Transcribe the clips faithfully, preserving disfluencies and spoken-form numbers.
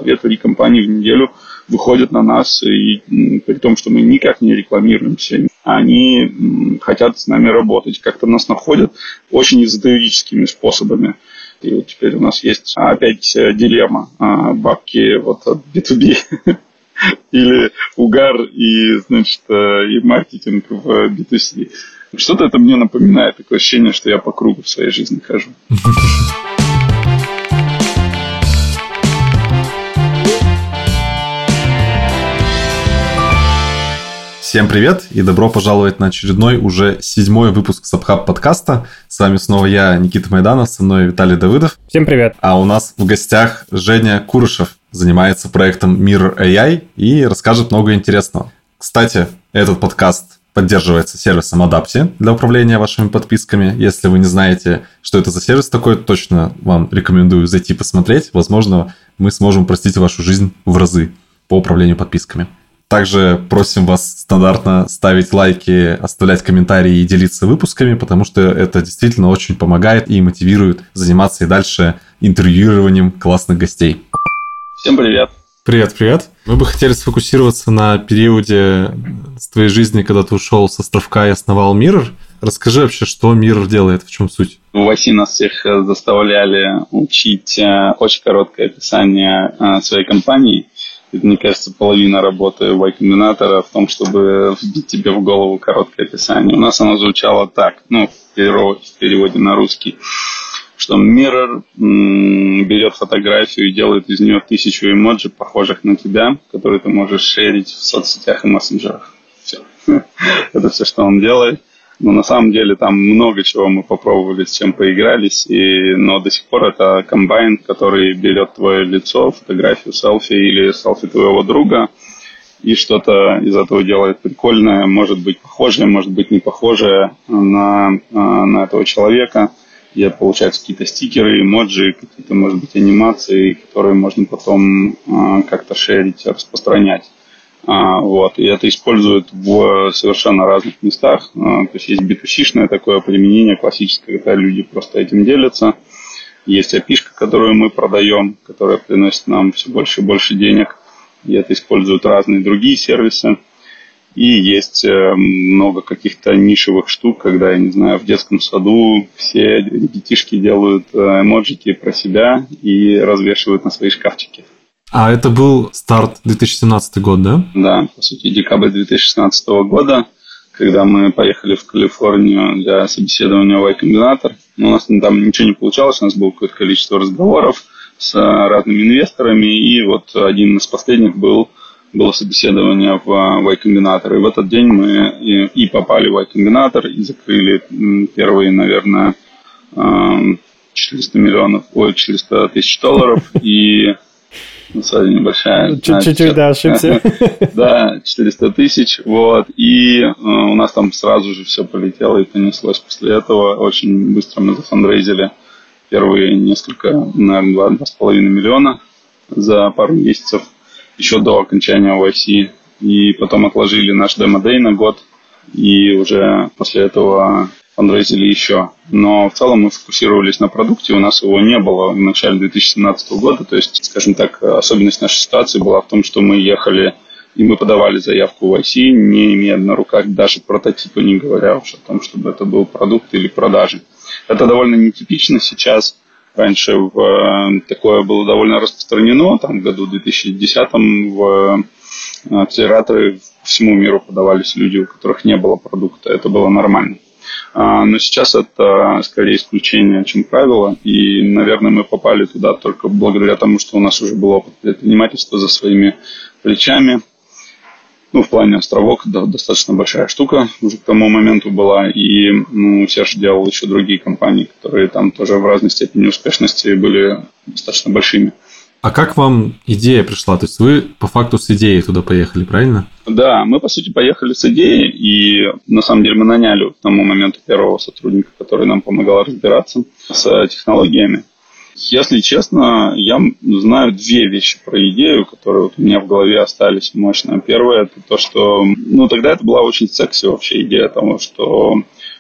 две-три компании в неделю выходят на нас, и при том, что мы никак не рекламируемся, они хотят с нами работать, как-то нас находят очень эзотерическими способами. И вот теперь у нас есть опять дилемма: бабки вот от би ту би или угар и, значит, и маркетинг в би ту си. Что-то это мне напоминает, такое ощущение, что я по кругу в своей жизни хожу. Всем привет и добро пожаловать на очередной, уже седьмой выпуск Subhub подкаста. С вами снова я, Никита Майданов, со мной Виталий Давыдов. Всем привет. А у нас в гостях Женя Курышев, занимается проектом Mirror эй ай и расскажет много интересного. Кстати, этот подкаст поддерживается сервисом Adapty для управления вашими подписками. Если вы не знаете, что это за сервис такой, точно вам рекомендую зайти посмотреть. Возможно, мы сможем упростить вашу жизнь в разы по управлению подписками. Также просим вас стандартно ставить лайки, оставлять комментарии и делиться выпусками, потому что это действительно очень помогает и мотивирует заниматься и дальше интервьюированием классных гостей. Всем привет. Привет, привет. Мы бы хотели сфокусироваться на периоде с твоей жизни, когда ты ушел с островка и основал Mirror. Расскажи вообще, что Mirror делает, в чем суть? В ай си нас всех заставляли учить очень короткое описание своей компании. Это, мне кажется, половина работы Y-комбинатора в том, чтобы вбить тебе в голову короткое описание. У нас оно звучало так, ну, в переводе на русский, что Mirror м- берет фотографию и делает из нее тысячу эмоджи, похожих на тебя, которые ты можешь шерить в соцсетях и мессенджерах. Все. Это все, что он делает. Но на самом деле там много чего мы попробовали, с чем поигрались, и, но до сих пор это комбайн, который берет твое лицо, фотографию, селфи или селфи твоего друга, и что-то из этого делает прикольное, может быть похожее, может быть не похожее на, на этого человека. И получаются какие-то стикеры, эмоджи, какие-то, может быть, анимации, которые можно потом как-то шерить, распространять. А, вот, и это используют в совершенно разных местах. А, то есть есть би ту си-шное такое применение классическое, когда люди просто этим делятся. Есть эй пи ай-шка, которую мы продаем, которая приносит нам все больше и больше денег. И это используют разные другие сервисы. И есть много каких-то нишевых штук, когда, я не знаю, в детском саду все ребятишки делают эмоджики про себя и развешивают на свои шкафчики. А это был старт две тысячи семнадцатый год, да? Да, по сути, декабрь две тысячи шестнадцатого года, когда мы поехали в Калифорнию для собеседования в Y-комбинатор. У нас там ничего не получалось, у нас было какое-то количество разговоров с разными инвесторами, и вот один из последних был, было собеседование в Y-комбинатор. И в этот день мы и, и попали в Y-комбинатор, и закрыли первые, наверное, четыреста миллионов, ой, четыреста тысяч долларов, и... Насадка небольшая. Чуть-чуть, да, ошибся. Да, четыреста тысяч. Вот. И э, у нас там сразу же все полетело и понеслось после этого. Очень быстро мы зафандрейзили первые несколько, наверное, два, два с половиной миллиона за пару месяцев еще до окончания ай си. И потом отложили наш демо-дэй на год. И уже после этого фандрейзили еще. Но в целом мы фокусировались на продукте, у нас его не было в начале две тысячи семнадцатого года. То есть, скажем так, особенность нашей ситуации была в том, что мы ехали и мы подавали заявку в ай си, не имея на руках даже прототипа, не говоря уж о том, чтобы это был продукт или продажи. Это довольно нетипично сейчас. Раньше в, такое было довольно распространено. Там в году две тысячи десятом в акселераторы по всему миру подавались люди, у которых не было продукта. Это было нормально. Но сейчас это скорее исключение, чем правило. И, наверное, мы попали туда только благодаря тому, что у нас уже был опыт предпринимательства за своими плечами. Ну, в плане островок, да, достаточно большая штука уже к тому моменту была. И ну, Серж делал еще другие компании, которые там тоже в разной степени успешности были достаточно большими. А как вам идея пришла? То есть вы по факту с идеей туда поехали, правильно? Да, мы по сути поехали с идеей, и на самом деле мы наняли к тому моменту первого сотрудника, который нам помогал разбираться с технологиями. Если честно, я знаю две вещи про идею, которые вот у меня в голове остались мощно. Первое – это то, что… Ну, тогда это была очень секси вообще идея того, что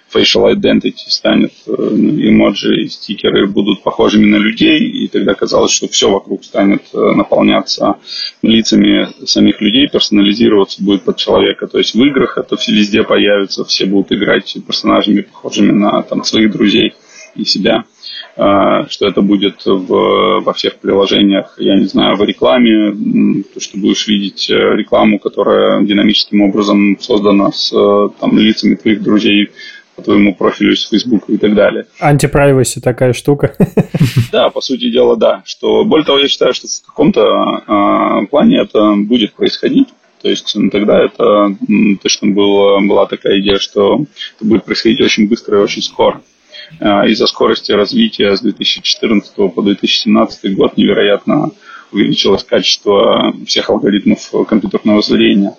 facial identity станет, эмоджи и стикеры будут похожими на людей, и тогда казалось, что все вокруг станет наполняться лицами самих людей, персонализироваться будет под человека. То есть в играх это все везде появится, все будут играть персонажами, похожими на там, своих друзей и себя. Что это будет в, во всех приложениях, я не знаю, в рекламе, то, что будешь видеть рекламу, которая динамическим образом создана с там, лицами твоих друзей по твоему профилю из Facebook и так далее. Антипрайваси такая штука. Да, по сути дела, да. Что, более того, я считаю, что в каком-то э, плане это будет происходить. То есть тогда это точно было, была такая идея, что это будет происходить очень быстро и очень скоро. Из-за скорости развития с две тысячи четырнадцатого по две тысячи семнадцатый год невероятно увеличилось качество всех алгоритмов компьютерного зрения.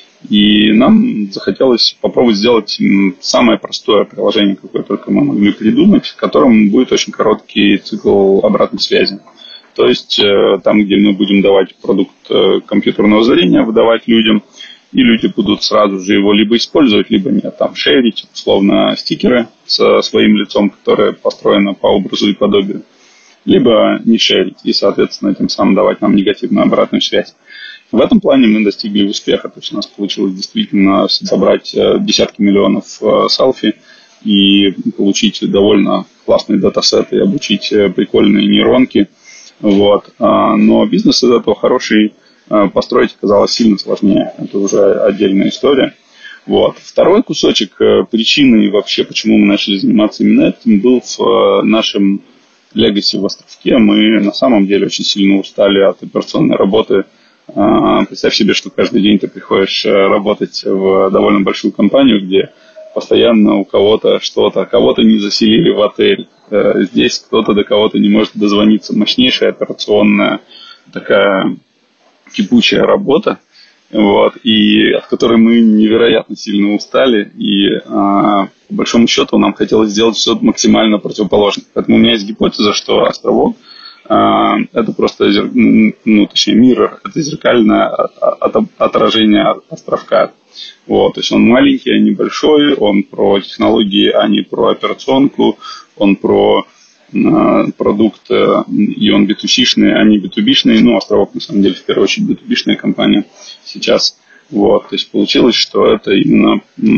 И нам захотелось попробовать сделать самое простое приложение, какое только мы могли придумать, в котором будет очень короткий цикл обратной связи. То есть там, где мы будем давать продукт компьютерного зрения, выдавать людям, и люди будут сразу же его либо использовать, либо нет. Там шерить, условно, стикеры со своим лицом, которое построено по образу и подобию, либо не шерить и, соответственно, тем самым давать нам негативную обратную связь. В этом плане мы достигли успеха. То есть у нас получилось действительно собрать десятки миллионов селфи и получить довольно классные датасеты, обучить прикольные нейронки. Вот. Но бизнес из этого хороший построить оказалось сильно сложнее. Это уже отдельная история. Вот. Второй кусочек причины вообще, почему мы начали заниматься именно этим, был в нашем легаси в Островке. Мы на самом деле очень сильно устали от операционной работы. Представь себе, что каждый день ты приходишь работать в довольно большую компанию, где постоянно у кого-то что-то, кого-то не заселили в отель. Здесь кто-то до кого-то не может дозвониться. Мощнейшая операционная такая кипучая работа, вот, и от которой мы невероятно сильно устали, и а, по большому счету нам хотелось сделать все максимально противоположно. Поэтому у меня есть гипотеза, что островок а, это просто, ну, точнее, мир, это зеркальное отражение островка. Вот, то есть он маленький, а не большой, он про технологии, а не про операционку, он про продукт, и он би ту си-шный, а не би ту би-шный. Ну, Островок, на самом деле, в первую очередь, би ту би-шная компания сейчас. Вот. То есть получилось, что это именно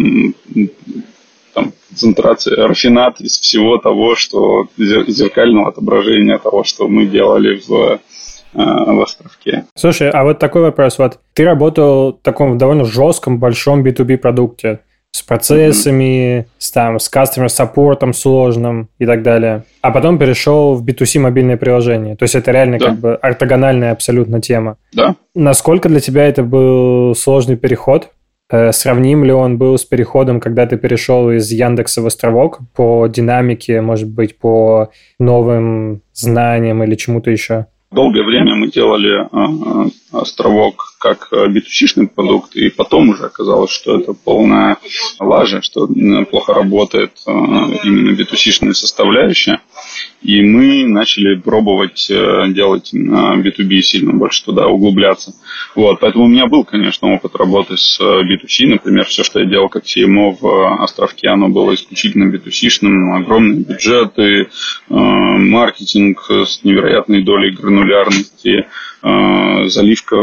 там, концентрация, рафинат из всего того, что зеркального отображения того, что мы делали в, в Островке. Слушай, а вот такой вопрос. Вот ты работал в таком довольно жестком, большом би ту би продукте. С процессами, mm-hmm. с, там, с customer support'ом сложным и так далее. А потом перешел в би ту си мобильное приложение. То есть это реально да. как бы ортогональная абсолютно тема. Да. Насколько для тебя это был сложный переход? Э, сравним ли он был с переходом, когда ты перешел из Яндекса в Островок по динамике, может быть, по новым знаниям или чему-то еще? Долгое время мы делали э, Островок как би ту си-шный продукт, и потом уже оказалось, что это полная лажа, что плохо работает э, именно би ту си-шная составляющая. И мы начали пробовать э, делать на би ту би сильно больше туда углубляться. Вот, поэтому у меня был, конечно, опыт работы с би ту си. Например, все, что я делал как си эм о в Островке, оно было исключительно би ту си-шным. Огромные бюджеты, э, маркетинг с невероятной долей гранулярности, э, заливка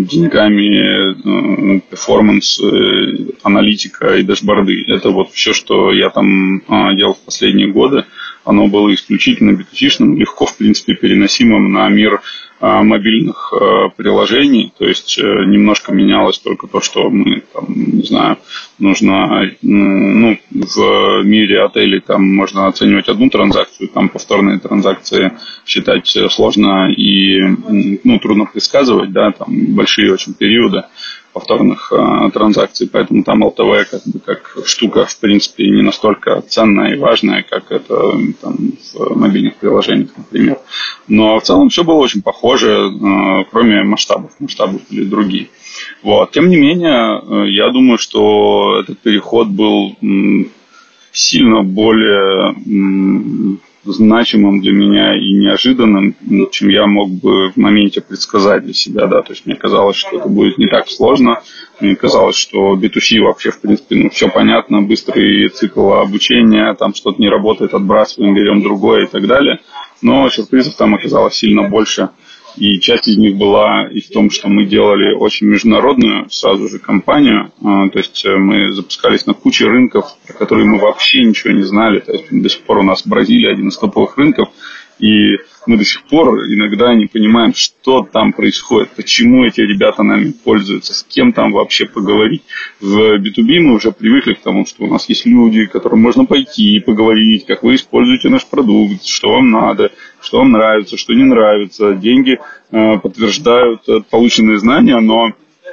деньгами, э, перформанс, э, аналитика и дашборды. Это вот все, что я там э, делал в последние годы. Оно было исключительно би ту си-шным, легко, в принципе, переносимым на мир а, мобильных а, приложений. То есть, а, немножко менялось только то, что мы, там, не знаю, нужно, ну, в мире отелей там можно оценивать одну транзакцию, там повторные транзакции считать сложно и, ну, трудно предсказывать, да, там большие очень периоды повторных э, транзакций, поэтому там эл ти ви как бы как штука, в принципе, не настолько ценная и важная, как это там, в мобильных приложениях, например. Но в целом все было очень похоже, э, кроме масштабов. Масштабы были другие. Вот. Тем не менее, э, я думаю, что этот переход был м, сильно более м, значимым для меня и неожиданным, чем я мог бы в моменте предсказать для себя, да, то есть мне казалось, что это будет не так сложно, мне казалось, что би ту си вообще, в принципе, ну, все понятно, быстрый цикл обучения, там что-то не работает, отбрасываем, берем другое и так далее, но сюрпризов там оказалось сильно больше. И часть из них была и в том, что мы делали очень международную сразу же компанию. То есть мы запускались на куче рынков, про которые мы вообще ничего не знали. То есть до сих пор у нас Бразилия один из топовых рынков. И мы до сих пор иногда не понимаем, что там происходит, почему эти ребята нами пользуются, с кем там вообще поговорить. В би ту би мы уже привыкли к тому, что у нас есть люди, к которым можно пойти и поговорить, как вы используете наш продукт, что вам надо, что вам нравится, что не нравится. Деньги э, подтверждают полученные знания, но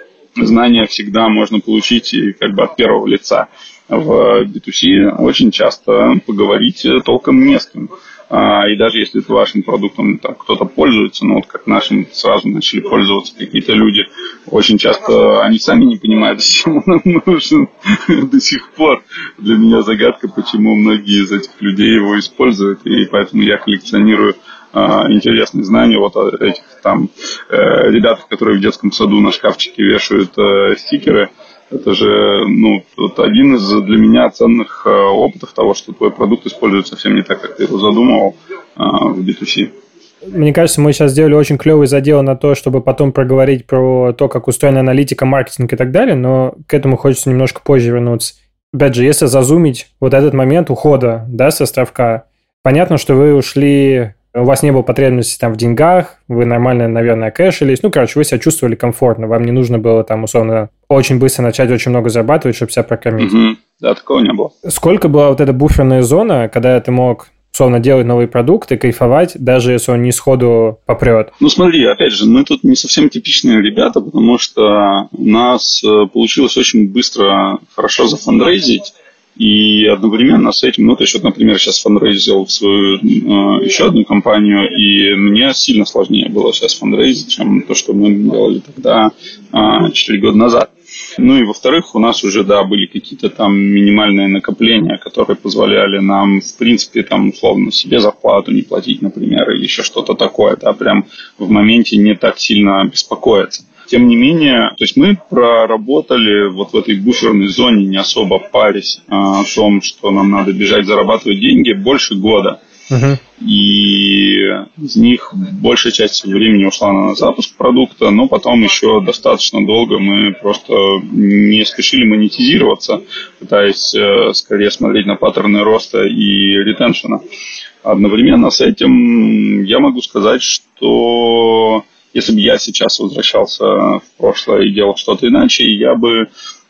знания всегда можно получить и как бы от первого лица. В би ту си очень часто поговорить толком не с кем. И даже если вашим продуктом там кто-то пользуется, ну вот как нашим сразу начали пользоваться какие-то люди, очень часто они сами не понимают, зачем он нам нужен до сих пор. Для меня загадка, почему многие из этих людей его используют, и поэтому я коллекционирую а, интересные знания вот от этих там э, ребят, которые в детском саду на шкафчике вешают э, стикеры. Это же, ну, вот один из для меня ценных э, опытов того, что твой продукт используется совсем не так, как ты его задумывал э, в би ту си. Мне кажется, мы сейчас сделали очень клевый задел на то, чтобы потом проговорить про то, как устроена аналитика, маркетинг и так далее, но к этому хочется немножко позже вернуться. Опять же, если зазумить вот этот момент ухода, да, с островка, понятно, что вы ушли... У вас не было потребности там в деньгах, вы нормально, наверное, кэшились. Ну, короче, вы себя чувствовали комфортно. Вам не нужно было там, условно, очень быстро начать очень много зарабатывать, чтобы себя прокормить. Угу. Да, такого не было. Сколько была вот эта буферная зона, когда ты мог, условно, делать новые продукты, кайфовать, даже если он не сходу попрет? Ну, смотри, опять же, мы тут не совсем типичные ребята, потому что у нас получилось очень быстро, хорошо зафандрейзить. И одновременно с этим, ну, то есть, вот, например, сейчас фандрейзил в свою э, еще одну компанию, и мне сильно сложнее было сейчас фандрейзить, чем то, что мы делали тогда э, четыре года назад. Ну и во-вторых, у нас уже, да, были какие-то там минимальные накопления, которые позволяли нам, в принципе, там, условно, себе зарплату не платить, например, или еще что-то такое, да, прям в моменте не так сильно беспокоиться. Тем не менее, то есть мы проработали вот в этой буферной зоне, не особо парясь о том, что нам надо бежать зарабатывать деньги, больше года. Uh-huh. И из них большая часть времени ушла на запуск продукта, но потом еще достаточно долго мы просто не спешили монетизироваться, пытаясь скорее смотреть на паттерны роста и ретеншена. Одновременно с этим я могу сказать, что если бы я сейчас возвращался в прошлое и делал что-то иначе, я бы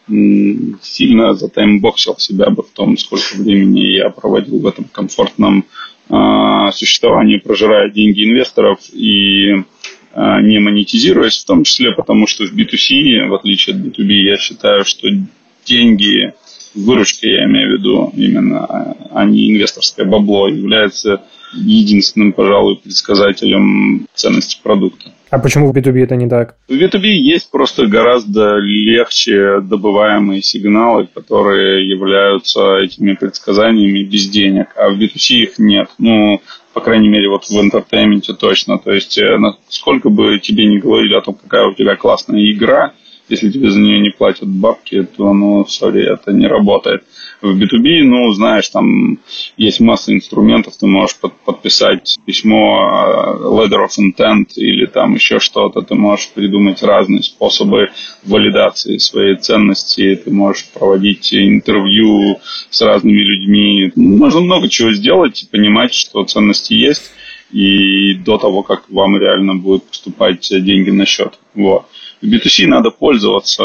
м, сильно затаймбоксил себя бы в том, сколько времени я проводил в этом комфортном э, существовании, прожирая деньги инвесторов и э, не монетизируясь, в том числе потому, что в би ту си, в отличие от би ту би, я считаю, что деньги, выручка, я имею в виду именно, а не инвесторское бабло, является единственным, пожалуй, предсказателем ценности продукта. А почему в би ту би это не так? В би ту би есть просто гораздо легче добываемые сигналы, которые являются этими предсказаниями без денег, а в би ту си их нет. Ну, по крайней мере, вот в интертейменте точно. То есть, сколько бы тебе ни говорили о том, какая у тебя классная игра, если тебе за нее не платят бабки, то, ну, сори, это не работает. В би ту би, ну, знаешь, там есть масса инструментов, ты можешь под, подписать письмо letter of intent или там еще что-то, ты можешь придумать разные способы валидации своей ценности, ты можешь проводить интервью с разными людьми, можно много чего сделать и понимать, что ценности есть, и до того, как вам реально будут поступать деньги на счет. Вот. В би ту си надо пользоваться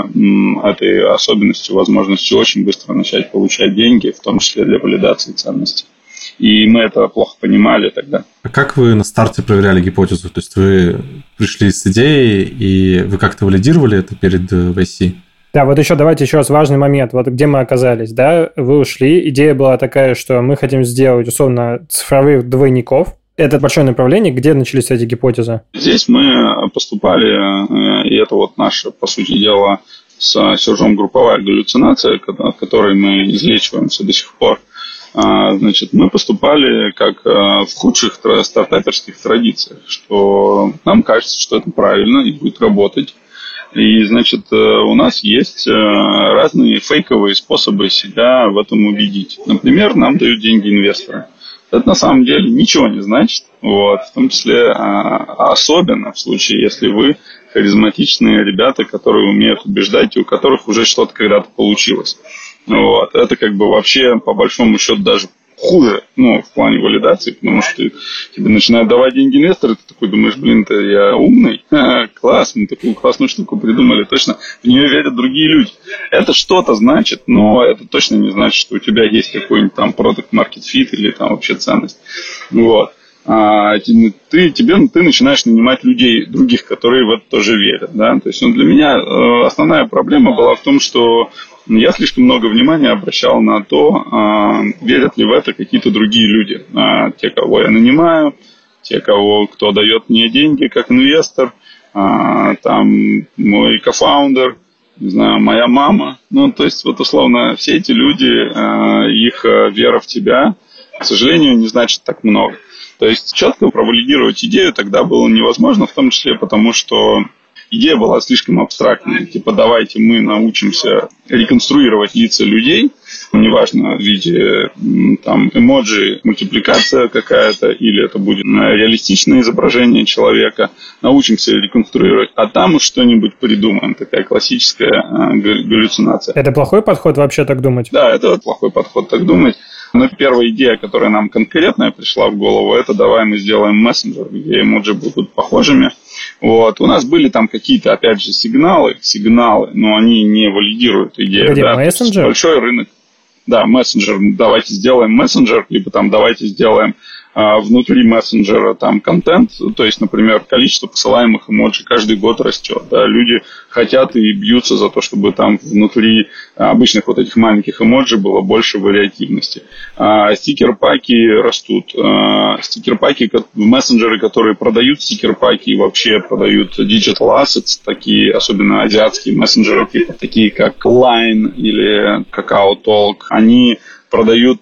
этой особенностью, возможностью очень быстро начать получать деньги, в том числе для валидации ценностей. И мы это плохо понимали тогда. А как вы на старте проверяли гипотезу? То есть вы пришли с идеей, и вы как-то валидировали это перед ви си? Да, вот еще давайте еще раз важный момент. Вот где мы оказались, да? Вы ушли, идея была такая, что мы хотим сделать, условно, цифровых двойников. Это большое направление, где начались эти гипотезы? Здесь мы поступали, и это вот наше, по сути дела, с Сержом групповая галлюцинация, от которой мы излечиваемся до сих пор. Значит, мы поступали как в худших стартаперских традициях, что нам кажется, что это правильно и будет работать. И, значит, у нас есть разные фейковые способы себя в этом убедить. Например, нам дают деньги инвесторы. Это на самом деле ничего не значит, вот, в том числе особенно в случае, если вы харизматичные ребята, которые умеют убеждать и у которых уже что-то когда-то получилось. Вот. Это как бы вообще, по большому счету, даже хуже, ну, в плане валидации, потому что ты, тебе начинают давать деньги инвесторы, ты такой думаешь, блин, ты я умный, класс, мы такую классную штуку придумали, точно, в нее верят другие люди. Это что-то значит, но это точно не значит, что у тебя есть какой-нибудь там product market fit или там вообще ценность. Вот. А, ты, тебе, ты начинаешь нанимать людей других, которые в это тоже верят. Да? То есть, ну, для меня э, основная проблема была в том, что я слишком много внимания обращал на то, э, верят ли в это какие-то другие люди. Э, те, кого я нанимаю, те, кого, кто дает мне деньги как инвестор, э, там мой кофаундер, не знаю, моя мама. Ну, то есть, вот условно, все эти люди, э, их вера в тебя, к сожалению, не значит так много. То есть четко провалидировать идею тогда было невозможно, в том числе потому, что идея была слишком абстрактной. Типа, давайте мы научимся реконструировать лица людей, неважно, в виде там, эмоджи, мультипликация какая-то, или это будет реалистичное изображение человека, научимся реконструировать, а там уж что-нибудь придумаем. Такая классическая галлюцинация. Это плохой подход вообще так думать? Да, это плохой подход так думать. Но первая идея, которая нам конкретная пришла в голову, это давай мы сделаем мессенджер, где эмоджи будут похожими. Вот. У нас были там какие-то, опять же, сигналы, сигналы, но они не валидируют идею. Где, да? мессенджер? Большой рынок. Да, мессенджер. Давайте сделаем мессенджер, либо там давайте сделаем а, внутри мессенджера там контент. То есть, например, количество посылаемых эмоджи каждый год растет. Да? Люди хотят и бьются за то, чтобы там внутри обычных вот этих маленьких эмоджи было больше вариативности. А, стикер-паки растут. А, стикер-паки, мессенджеры, которые продают стикер-паки и вообще продают digital assets, такие, особенно азиатские мессенджеры, типа такие как Line или Kakao Talk, они продают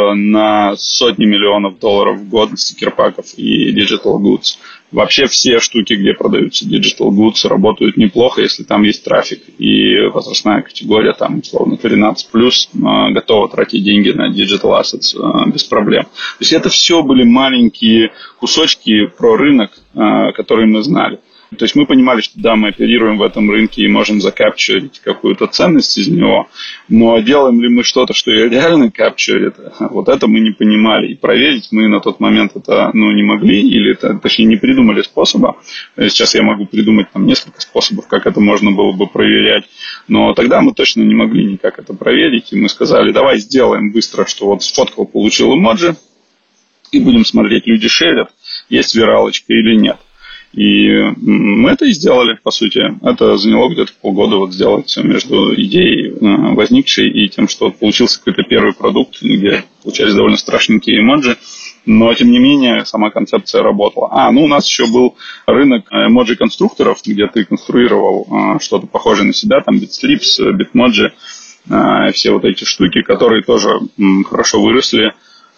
на сотни миллионов долларов в год стикер-паков и digital goods. Вообще все штуки, где продаются digital goods, работают неплохо, если там есть трафик. И возрастная категория, там, условно, тринадцать плюс, готова тратить деньги на digital assets без проблем. То есть это все были маленькие кусочки про рынок, которые мы знали. То есть мы понимали, что да, мы оперируем в этом рынке и можем закапчурить какую-то ценность из него, но делаем ли мы что-то, что реально капчурит, вот это мы не понимали. И проверить мы на тот момент это ну, не могли, или это, точнее не придумали способа. Сейчас я могу придумать там несколько способов, как это можно было бы проверять, но тогда мы точно не могли никак это проверить, и мы сказали, давай сделаем быстро, что вот сфоткал, получил эмоджи, и будем смотреть, люди шерят, есть виралочка или нет. И мы это и сделали, по сути. Это заняло где-то полгода вот сделать между идеей возникшей и тем, что получился какой-то первый продукт, где получались довольно страшненькие эмоджи. Но, тем не менее, сама концепция работала. А, ну, у нас еще был рынок эмоджи-конструкторов, где ты конструировал что-то похожее на себя, там Bitstrips, Bitmoji, все вот эти штуки, которые тоже хорошо выросли.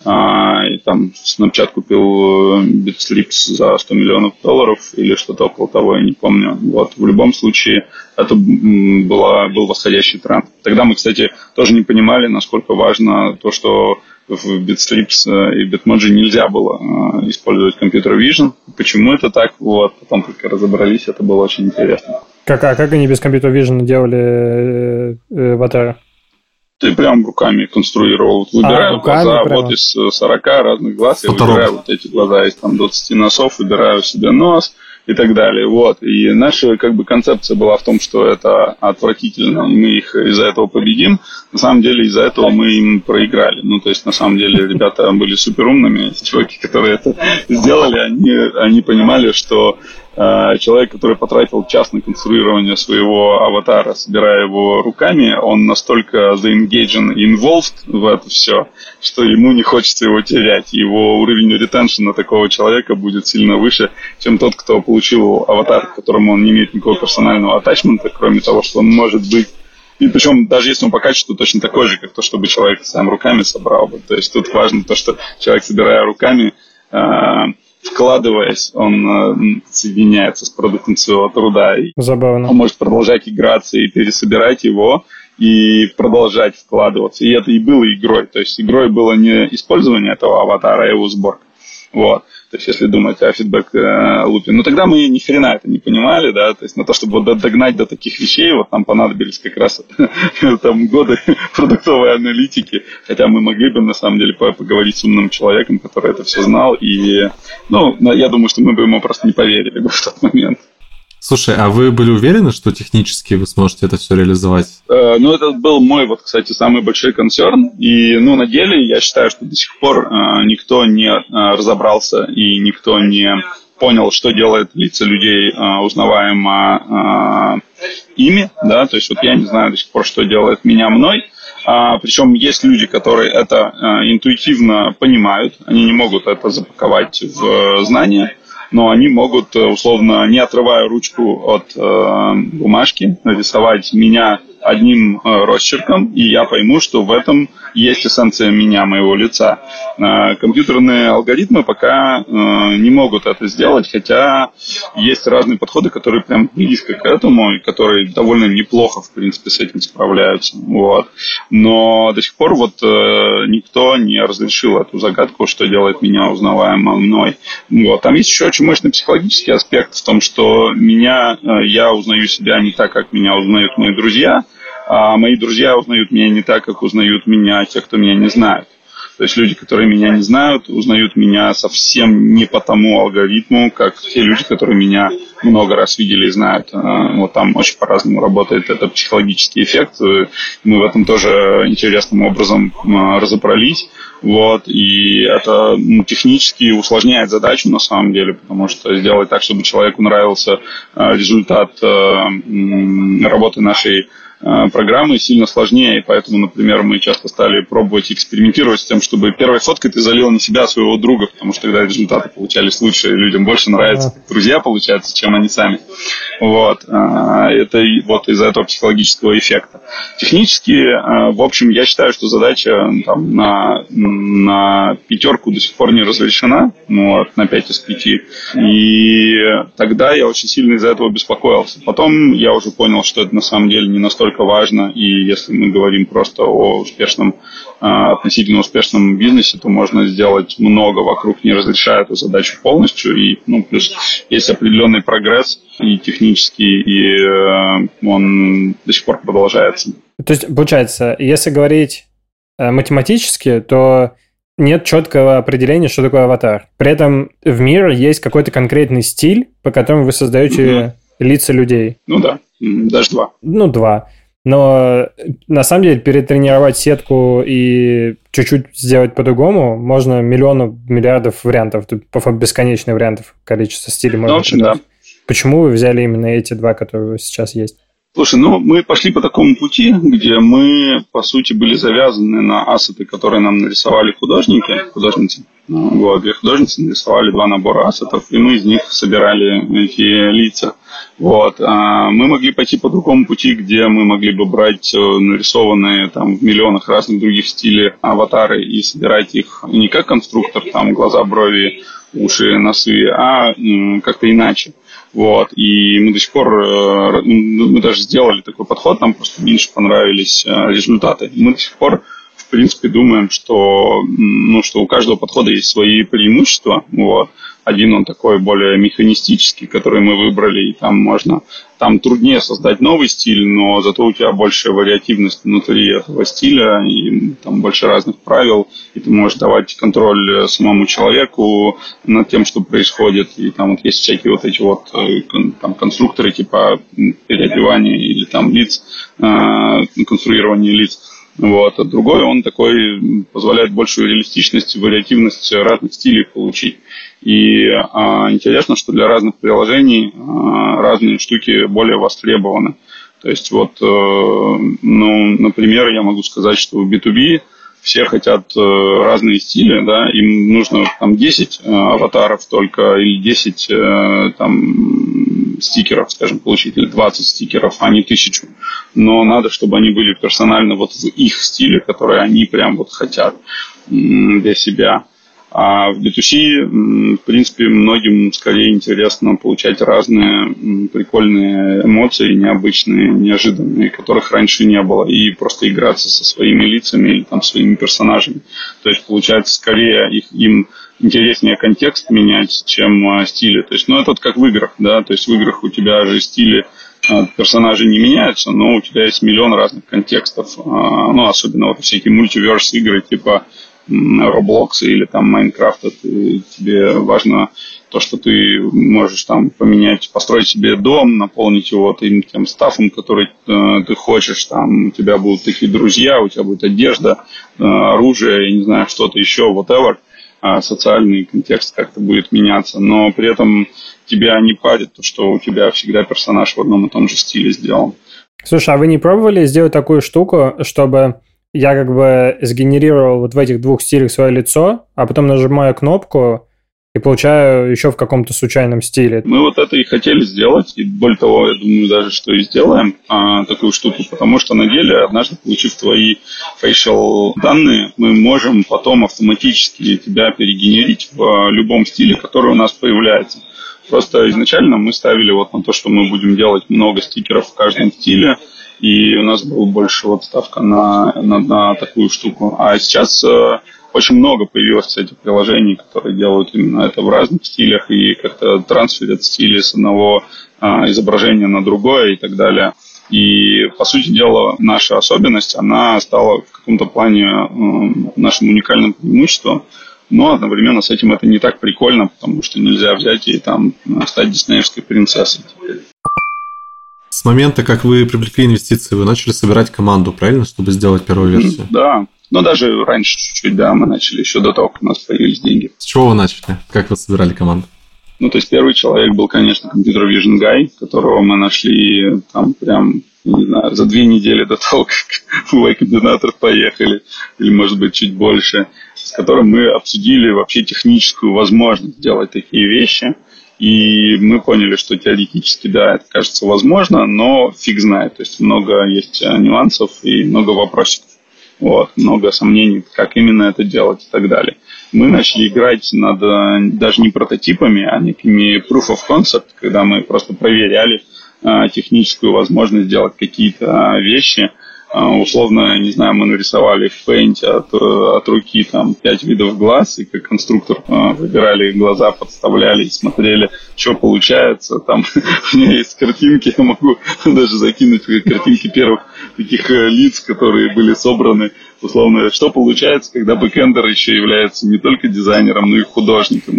И там Snapchat купил Bitstrips за сто миллионов долларов или что-то около того, я не помню. Вот. В любом случае, это была, был восходящий тренд. Тогда мы, кстати, тоже не понимали, насколько важно то, что в Bitstrips и Bitmoji нельзя было использовать Computer Vision. Почему это так? Вот. Потом только разобрались, это было очень интересно. Как, а как они без Computer Vision делали аватары? Ты прям руками конструировал. Выбираю а, глаза прямо. Вот из сорока разных глаз. Я выбираю вот эти глаза из там, двадцати носов, выбираю себе нос и так далее. Вот. И наша как бы, концепция была в том, что это отвратительно, и мы их из-за этого победим. На самом деле из-за этого мы им проиграли. Ну, то есть, на самом деле, ребята были суперумными. Чуваки, которые это сделали, они, они понимали, что человек, который потратил час на конструирование своего аватара, собирая его руками, он настолько заэнгейджен и involved в это все, что ему не хочется его терять. Его уровень ретеншена такого человека будет сильно выше, чем тот, кто получил аватар, к которому он не имеет никакого персонального аттачмента, кроме того, что он может быть И причем даже если он по качеству точно такой же, как то, чтобы человек сам руками собрал бы. То есть тут важно то, что человек, собирая руками, вкладываясь, он соединяется с продуктом своего труда. Забавно. Он может продолжать играться и пересобирать его, и продолжать вкладываться. И это и было игрой. То есть игрой было не использование этого аватара, а его сборка. Вот. То есть, если думать о фидбэк-лупе. Но тогда мы ни хрена это не понимали, да, то есть на то, чтобы вот догнать до таких вещей, вот нам понадобились как раз там годы продуктовой аналитики, хотя мы могли бы, на самом деле, поговорить с умным человеком, который это все знал, и, ну, я думаю, что мы бы ему просто не поверили бы в тот момент. Слушай, а вы были уверены, что технически вы сможете это все реализовать? Э, ну, это был мой, вот, кстати, самый большой консерн. И, ну, на деле я считаю, что до сих пор э, никто не э, разобрался и никто не понял, что делает лица людей э, узнаваемо э, ими, да, то есть вот я не знаю до сих пор, что делает меня мной. А, причем есть люди, которые это э, интуитивно понимают, они не могут это запаковать в э, знания. Но они могут, условно, не отрывая ручку от э, бумажки, нарисовать меня одним э, росчерком, и я пойму, что в этом есть эссенция меня, моего лица. Э, компьютерные алгоритмы пока э, не могут это сделать, хотя есть разные подходы, которые прям близко к этому, и которые довольно неплохо, в принципе, с этим справляются. Вот. Но до сих пор вот э, никто не разрешил эту загадку, что делает меня узнаваемым мной. Вот. Там есть еще очень мощный психологический аспект в том, что меня, э, я узнаю себя не так, как меня узнают мои друзья, а мои друзья узнают меня не так, как узнают меня те, кто меня не знает. То есть люди, которые меня не знают, узнают меня совсем не по тому алгоритму, как те люди, которые меня много раз видели и знают. Вот там очень по-разному работает этот психологический эффект. Мы в этом тоже интересным образом разобрались. Вот, и это ну, технически усложняет задачу на самом деле, потому что сделать так, чтобы человеку нравился результат работы нашей программы сильно сложнее, и поэтому, например, мы часто стали пробовать экспериментировать с тем, чтобы первой фоткой ты залил не себя, а своего друга, потому что тогда результаты получались лучше, и людям больше нравится, как друзья получаются, чем они сами. Вот. Это вот из-за этого психологического эффекта. Технически, в общем, я считаю, что задача там, на, на пятерку до сих пор не разрешена, вот, на пять из пяти, и тогда я очень сильно из-за этого беспокоился. Потом я уже понял, что это на самом деле не настолько важно, и если мы говорим просто о успешном, относительно успешном бизнесе, то можно сделать много вокруг, не разрешая эту задачу полностью, и ну, плюс есть определенный прогресс и технический, и он до сих пор продолжается. То есть, получается, если говорить математически, то нет четкого определения, что такое аватар. При этом в мир есть какой-то конкретный стиль, по которому вы создаете mm-hmm. лица людей. Ну да, даже два. Ну, два. Но на самом деле перетренировать сетку и чуть-чуть сделать по-другому можно миллионов, миллиардов вариантов, бесконечных вариантов количества стилей можно ну, в общем, да. Почему вы взяли именно эти два, которые сейчас есть? Слушай, ну мы пошли по такому пути, где мы, по сути, были завязаны на ассеты, которые нам нарисовали художники, художницы. Вот, и художницы нарисовали два набора ассетов, и мы из них собирали эти лица. Вот. А мы могли пойти по другому пути, где мы могли бы брать нарисованные там, в миллионах разных других стилей аватары и собирать их не как конструктор, там глаза, брови, уши, носы, а м, как-то иначе. Вот. И мы до сих пор, мы даже сделали такой подход, нам просто меньше понравились результаты. Мы до сих пор, в принципе, думаем, что, ну, что у каждого подхода есть свои преимущества. Вот. Один он такой более механистический, который мы выбрали, и там можно, там труднее создать новый стиль, но зато у тебя большая вариативность внутри этого стиля, и там больше разных правил, и ты можешь давать контроль самому человеку над тем, что происходит, и там вот есть всякие вот эти вот там, конструкторы типа переодевания или там лиц, конструирования лиц. Вот. А другой, он такой позволяет большую реалистичность и вариативность разных стилей получить. И а, интересно, что для разных приложений а, разные штуки более востребованы. То есть, вот, э, ну, например, я могу сказать, что в би ту би все хотят э, разные стили, да, им нужно там десять э, аватаров только или десять э, там, стикеров, скажем, получить, или двадцать стикеров, а не тысячу. Но надо, чтобы они были персонально вот в их стиле, который они прям вот хотят для себя. А в би ту си, в принципе, многим скорее интересно получать разные прикольные эмоции, необычные, неожиданные, которых раньше не было, и просто играться со своими лицами или там своими персонажами. То есть, получается, скорее их, им интереснее контекст менять, чем стили. То есть, ну, это вот как в играх, да, то есть в играх у тебя же стили персонажи не меняются, но у тебя есть миллион разных контекстов. Ну, особенно вот всякие мультиверс игры типа Roblox или там Minecraft, тебе важно то, что ты можешь там поменять, построить себе дом, наполнить его тем, тем стафом, который э, ты хочешь, там у тебя будут такие друзья, у тебя будет одежда, э, оружие, я не знаю, что-то еще, whatever, а социальный контекст как-то будет меняться, но при этом тебя не парит то, что у тебя всегда персонаж в одном и том же стиле сделан. Слушай, а вы не пробовали сделать такую штуку, чтобы я как бы сгенерировал вот в этих двух стилях свое лицо, а потом нажимаю кнопку и получаю еще в каком-то случайном стиле? Мы вот это и хотели сделать, и более того, я думаю даже, что и сделаем а, такую штуку, потому что на деле, однажды получив твои facial данные, мы можем потом автоматически тебя перегенерить в любом стиле, который у нас появляется. Просто изначально мы ставили вот на то, что мы будем делать много стикеров в каждом стиле, и у нас была больше вот ставка на, на, на такую штуку. А сейчас э, очень много появилось, кстати, приложений, которые делают именно это в разных стилях и как-то трансферят стили с одного э, изображения на другое и так далее. И, по сути дела, наша особенность, она стала в каком-то плане э, нашим уникальным преимуществом. Но одновременно с этим это не так прикольно, потому что нельзя взять и там стать диснеевской принцессой теперь. С момента, как вы привлекли инвестиции, вы начали собирать команду, правильно, чтобы сделать первую версию? Да, но даже раньше чуть-чуть, да, мы начали еще до того, как у нас появились деньги. С чего вы начали? Как вы собирали команду? Ну, то есть первый человек был, конечно, Computer Vision Guy, которого мы нашли там прям, не знаю, за две недели до того, как в Y Combinator поехали, или, может быть, чуть больше, с которым мы обсудили вообще техническую возможность делать такие вещи. И мы поняли, что теоретически, да, это кажется возможно, но фиг знает. То есть много есть нюансов и много вопросиков. Вот, много сомнений, как именно это делать и так далее. Мы начали играть над даже не прототипами, а некими proof of concept, когда мы просто проверяли а, техническую возможность делать какие-то вещи. Условно, не знаю, мы нарисовали в Paint от, от руки там пять видов глаз, и как конструктор выбирали глаза, подставляли и смотрели, что получается. Там у меня есть картинки, я могу даже закинуть картинки первых таких лиц, которые были собраны. Условно, что получается, когда бэкэндер еще является не только дизайнером, но и художником.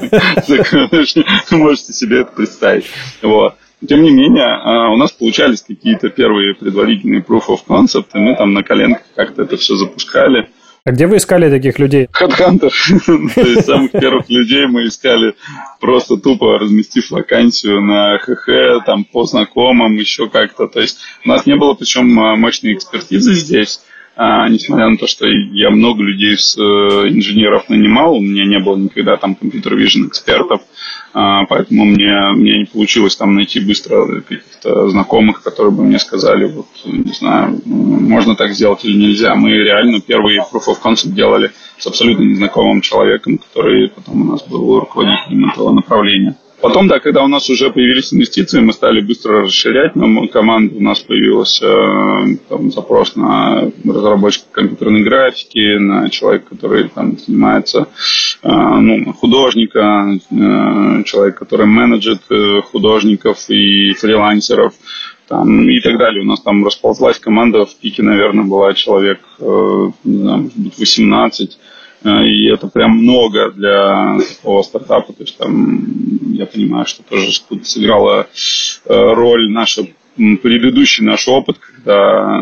Вы можете себе это представить. Вот. Тем не менее, у нас получались какие-то первые предварительные proof of concept, и мы там на коленках как-то это все запускали. А где вы искали таких людей? Headhunter. То есть самых первых людей мы искали, просто тупо разместив вакансию на ХХ, там по знакомым, еще как-то. То есть у нас не было причем мощной экспертизы здесь. А, несмотря на то, что я много людей с э, инженеров нанимал, у меня не было никогда там компьютер vision экспертов, а, поэтому мне, мне не получилось там найти быстро каких-то знакомых, которые бы мне сказали, вот, не знаю, можно так сделать или нельзя. Мы реально первый proof of concept делали с абсолютно незнакомым человеком, который потом у нас был руководителем этого направления. Потом, да, когда у нас уже появились инвестиции, мы стали быстро расширять, но команда у нас появился э, там, запрос на разработчика компьютерной графики, на человека, который там занимается, э, ну, художника, э, человек, который менеджит э, художников и фрилансеров, там, и так далее. У нас там расползлась команда, в пике, наверное, была человек, э, не знаю, может быть, восемнадцать. И это прям много для такого стартапа. То есть там я понимаю, что тоже тут сыграла роль наша, предыдущий наш опыт, когда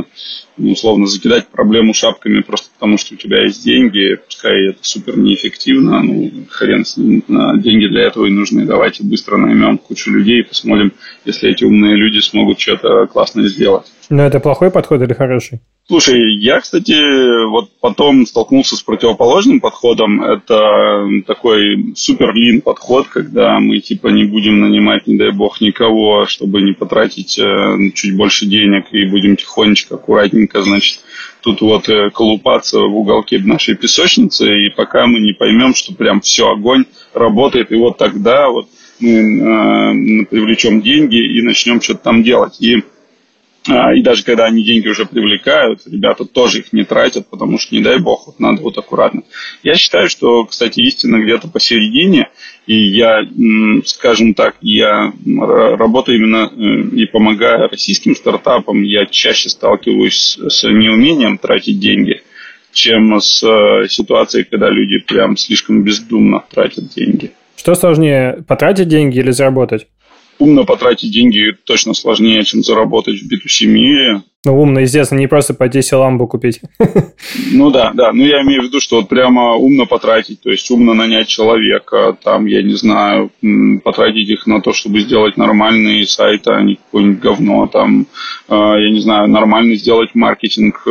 ну, условно, закидать проблему шапками просто потому, что у тебя есть деньги, пускай это супер неэффективно, ну, хрен с ним, деньги для этого и нужны. Давайте быстро наймем кучу людей и посмотрим, если эти умные люди смогут что-то классное сделать. Но это плохой подход или хороший? Слушай, я, кстати, вот потом столкнулся с противоположным подходом. Это такой супер-лин подход, когда мы типа не будем нанимать, не дай бог, никого, чтобы не потратить э, чуть больше денег, и будем тихонечко, аккуратненько, значит, тут вот э, колупаться в уголке нашей песочницы, и пока мы не поймем, что прям все, огонь работает, и вот тогда вот мы э, привлечем деньги и начнем что-то там делать. И И даже когда они деньги уже привлекают, ребята тоже их не тратят, потому что, не дай бог, вот надо вот аккуратно. Я считаю, что, кстати, истина где-то посередине, и я, скажем так, я работаю именно и помогаю российским стартапам, я чаще сталкиваюсь с неумением тратить деньги, чем с ситуацией, когда люди прям слишком бездумно тратят деньги. Что сложнее, потратить деньги или заработать? Умно потратить деньги точно сложнее, чем заработать в би ту си мире. Ну, умно, естественно, не просто пойти себе ламбу купить. Ну да, да. Ну, я имею в виду, что вот прямо умно потратить, то есть умно нанять человека, там, я не знаю, потратить их на то, чтобы сделать нормальный сайт, а не какое-нибудь говно, там, я не знаю, нормально сделать маркетинг,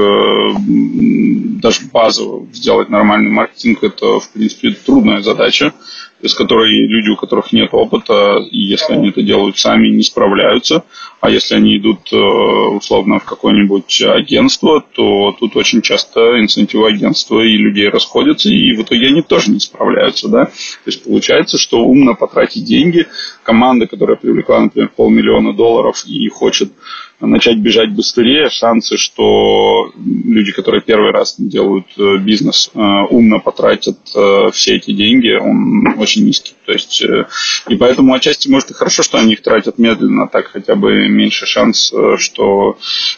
даже базово сделать нормальный маркетинг, это, в принципе, трудная задача, с которой люди, у которых нет опыта, и если они это делают сами, не справляются. А если они идут условно в какое-нибудь агентство, то тут очень часто инцентивы агентства и людей расходятся, и в итоге они тоже не справляются. Да? То есть получается, что умно потратить деньги. Команда, которая привлекла, например, полмиллиона долларов и хочет начать бежать быстрее, шансы, что люди, которые первый раз делают бизнес, умно потратят все эти деньги, он очень низкий. То есть, и поэтому отчасти, может, и хорошо, что они их тратят медленно, так хотя бы меньше шанс, что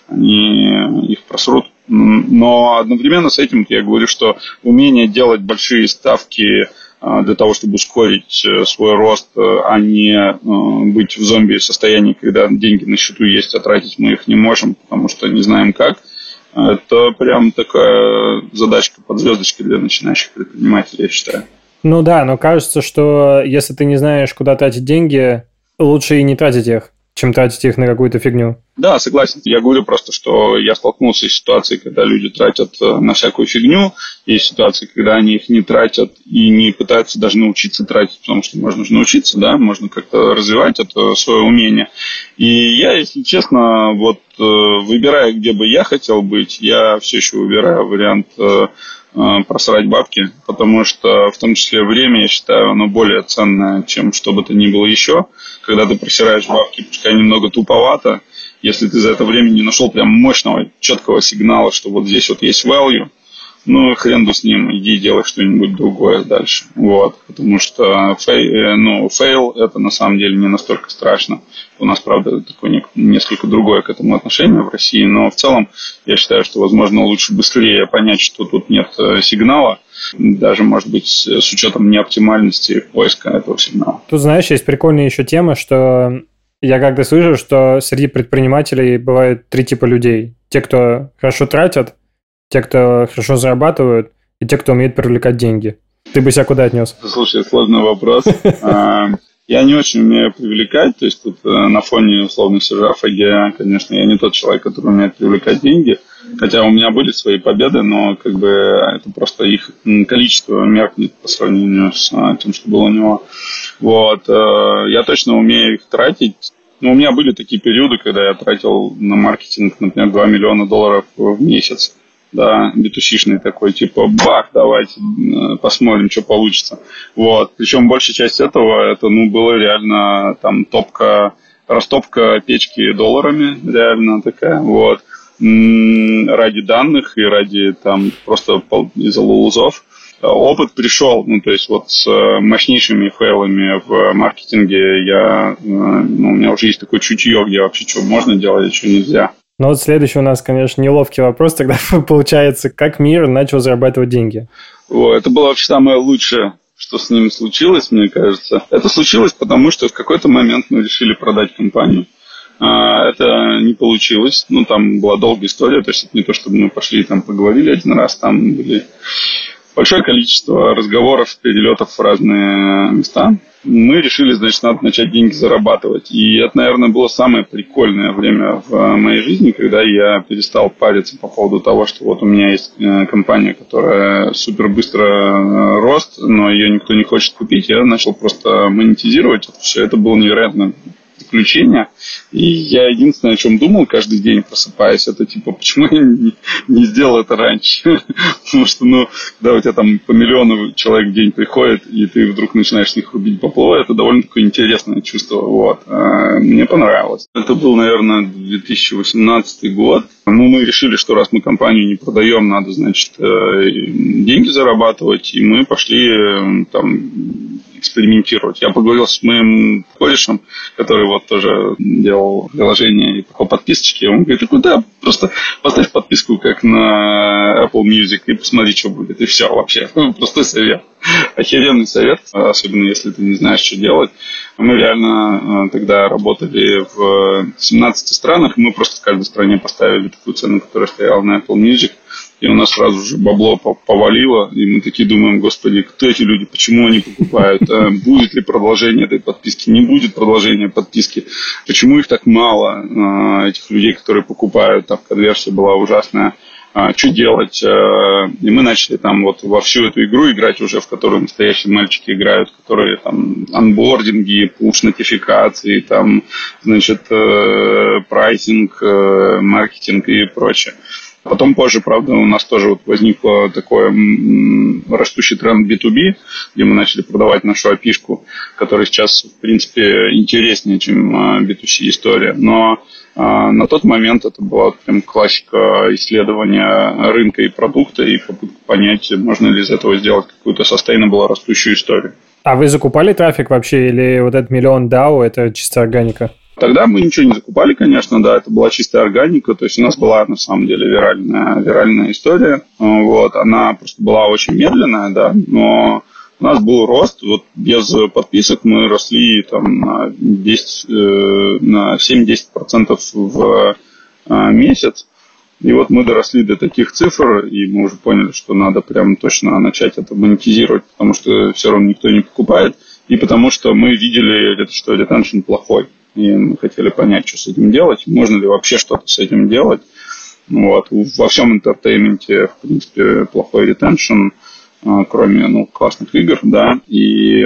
они их просрут. Но одновременно с этим я говорю, что умение делать большие ставки для того, чтобы ускорить свой рост, а не быть в зомби-состоянии, когда деньги на счету есть, а тратить мы их не можем, потому что не знаем как. Это прям такая задачка под звездочкой для начинающих предпринимателей, я считаю. Ну да, но кажется, что если ты не знаешь, куда тратить деньги, лучше и не тратить их, чем тратить их на какую-то фигню. Да, согласен. Я говорю просто, что я столкнулся с ситуацией, когда люди тратят на всякую фигню, есть ситуации, когда они их не тратят и не пытаются даже научиться тратить, потому что можно же научиться, да, можно как-то развивать это свое умение. И я, если честно, вот выбирая, где бы я хотел быть, я все еще выбираю вариант просрать бабки, потому что в том числе время, я считаю, оно более ценное, чем что бы то ни было еще. Когда ты просираешь бабки, пускай немного туповато, если ты за это время не нашел прям мощного, четкого сигнала, что вот здесь вот есть value, ну, хрен бы с ним, иди делай что-нибудь другое дальше. Вот. Потому что фей, ну, фейл это на самом деле не настолько страшно. У нас, правда, такое несколько другое к этому отношение в России, но в целом я считаю, что, возможно, лучше быстрее понять, что тут нет сигнала, даже, может быть, с учетом неоптимальности поиска этого сигнала. Тут, знаешь, есть прикольная еще тема, что я как-то слышу, что среди предпринимателей бывают три типа людей. Те, кто хорошо тратят, те, кто хорошо зарабатывают, и те, кто умеет привлекать деньги. Ты бы себя куда отнес? Слушай, сложный вопрос. Я не очень умею привлекать, то есть тут на фоне условно Сержа Фагея, конечно, я не тот человек, который умеет привлекать деньги, хотя у меня были свои победы, но как бы это просто их количество меркнет по сравнению с тем, что было у него. Вот. Я точно умею их тратить. Но у меня были такие периоды, когда я тратил на маркетинг, например, два миллиона долларов в месяц. Да, би ту си-шный такой, типа, бах, давайте посмотрим, что получится. Вот. Причем большая часть этого, это, ну, было реально там топка, растопка печки долларами, реально такая, вот. Ради данных и ради там просто из-за лузов. Опыт пришел, ну, то есть вот с мощнейшими фейлами в маркетинге я, ну, у меня уже есть такое чутье, где вообще что можно делать, а что нельзя. Ну вот следующий у нас, конечно, неловкий вопрос тогда получается, как мир начал зарабатывать деньги? О, это было вообще самое лучшее, что с ним случилось, мне кажется. Это случилось потому, что в какой-то момент мы решили продать компанию. Это не получилось. Ну, там была долгая история. То есть, это не то, чтобы мы пошли и там поговорили один раз. Там были большое количество разговоров, перелетов в разные места. Мы решили, значит, надо начать деньги зарабатывать. И это, наверное, было самое прикольное время в моей жизни, когда я перестал париться по поводу того, что вот у меня есть компания, которая супер быстро рост, но ее никто не хочет купить. Я начал просто монетизировать это все. Это было невероятно приключения. И я единственное, о чем думал каждый день, просыпаясь, это типа, почему я не, не сделал это раньше? Потому что, ну, когда у тебя там по миллиону человек в день приходит, и ты вдруг начинаешь с них рубить бабло, это довольно такое интересное чувство. Вот. А мне понравилось. Это был, наверное, две тысячи восемнадцатый год. Ну, мы решили, что раз мы компанию не продаем, надо, значит, деньги зарабатывать, и мы пошли там экспериментировать. Я поговорил с моим корешем, который вот тоже делал приложение по подписочке. Он говорит, ну да, просто поставь подписку как на Apple Music и посмотри, что будет. И все вообще. Простой совет. Охеренный совет, особенно если ты не знаешь, что делать. Мы реально тогда работали в семнадцати странах, и мы просто в каждой стране поставили такую цену, которая стояла на Apple Music. И у нас сразу же бабло повалило, и мы такие думаем, господи, кто эти люди, почему они покупают, будет ли продолжение этой подписки, не будет продолжения подписки, почему их так мало, этих людей, которые покупают, там конверсия была ужасная, что делать. И мы начали там вот во всю эту игру играть уже, в которую настоящие мальчики играют, которые там анбординги, пуш-нотификации, там, значит, прайсинг, маркетинг и прочее. Потом позже, правда, у нас тоже вот возникло такой м- растущий тренд би ту би, где мы начали продавать нашу эй пи ай-шку, которая сейчас, в принципе, интереснее, чем би ту си история. Но а, на тот момент это была прям классика исследования рынка и продукта и попытка понять, можно ли из этого сделать какую-то sustainable растущую историю. А вы закупали трафик вообще или вот этот миллион дао – это чисто органика? Тогда мы ничего не закупали, конечно, да, это была чистая органика, то есть у нас была на самом деле виральная, виральная история, вот, она просто была очень медленная, да, но у нас был рост, вот без подписок мы росли там на, десять, на семь-десять процентов в месяц, и вот мы доросли до таких цифр, и мы уже поняли, что надо прям точно начать это монетизировать, потому что все равно никто не покупает, и потому что мы видели, что ретеншн плохой. И мы хотели понять, что с этим делать, можно ли вообще что-то с этим делать. Вот. Во всем интертейменте, в принципе, плохой ретеншн, кроме ну, классных игр, да, и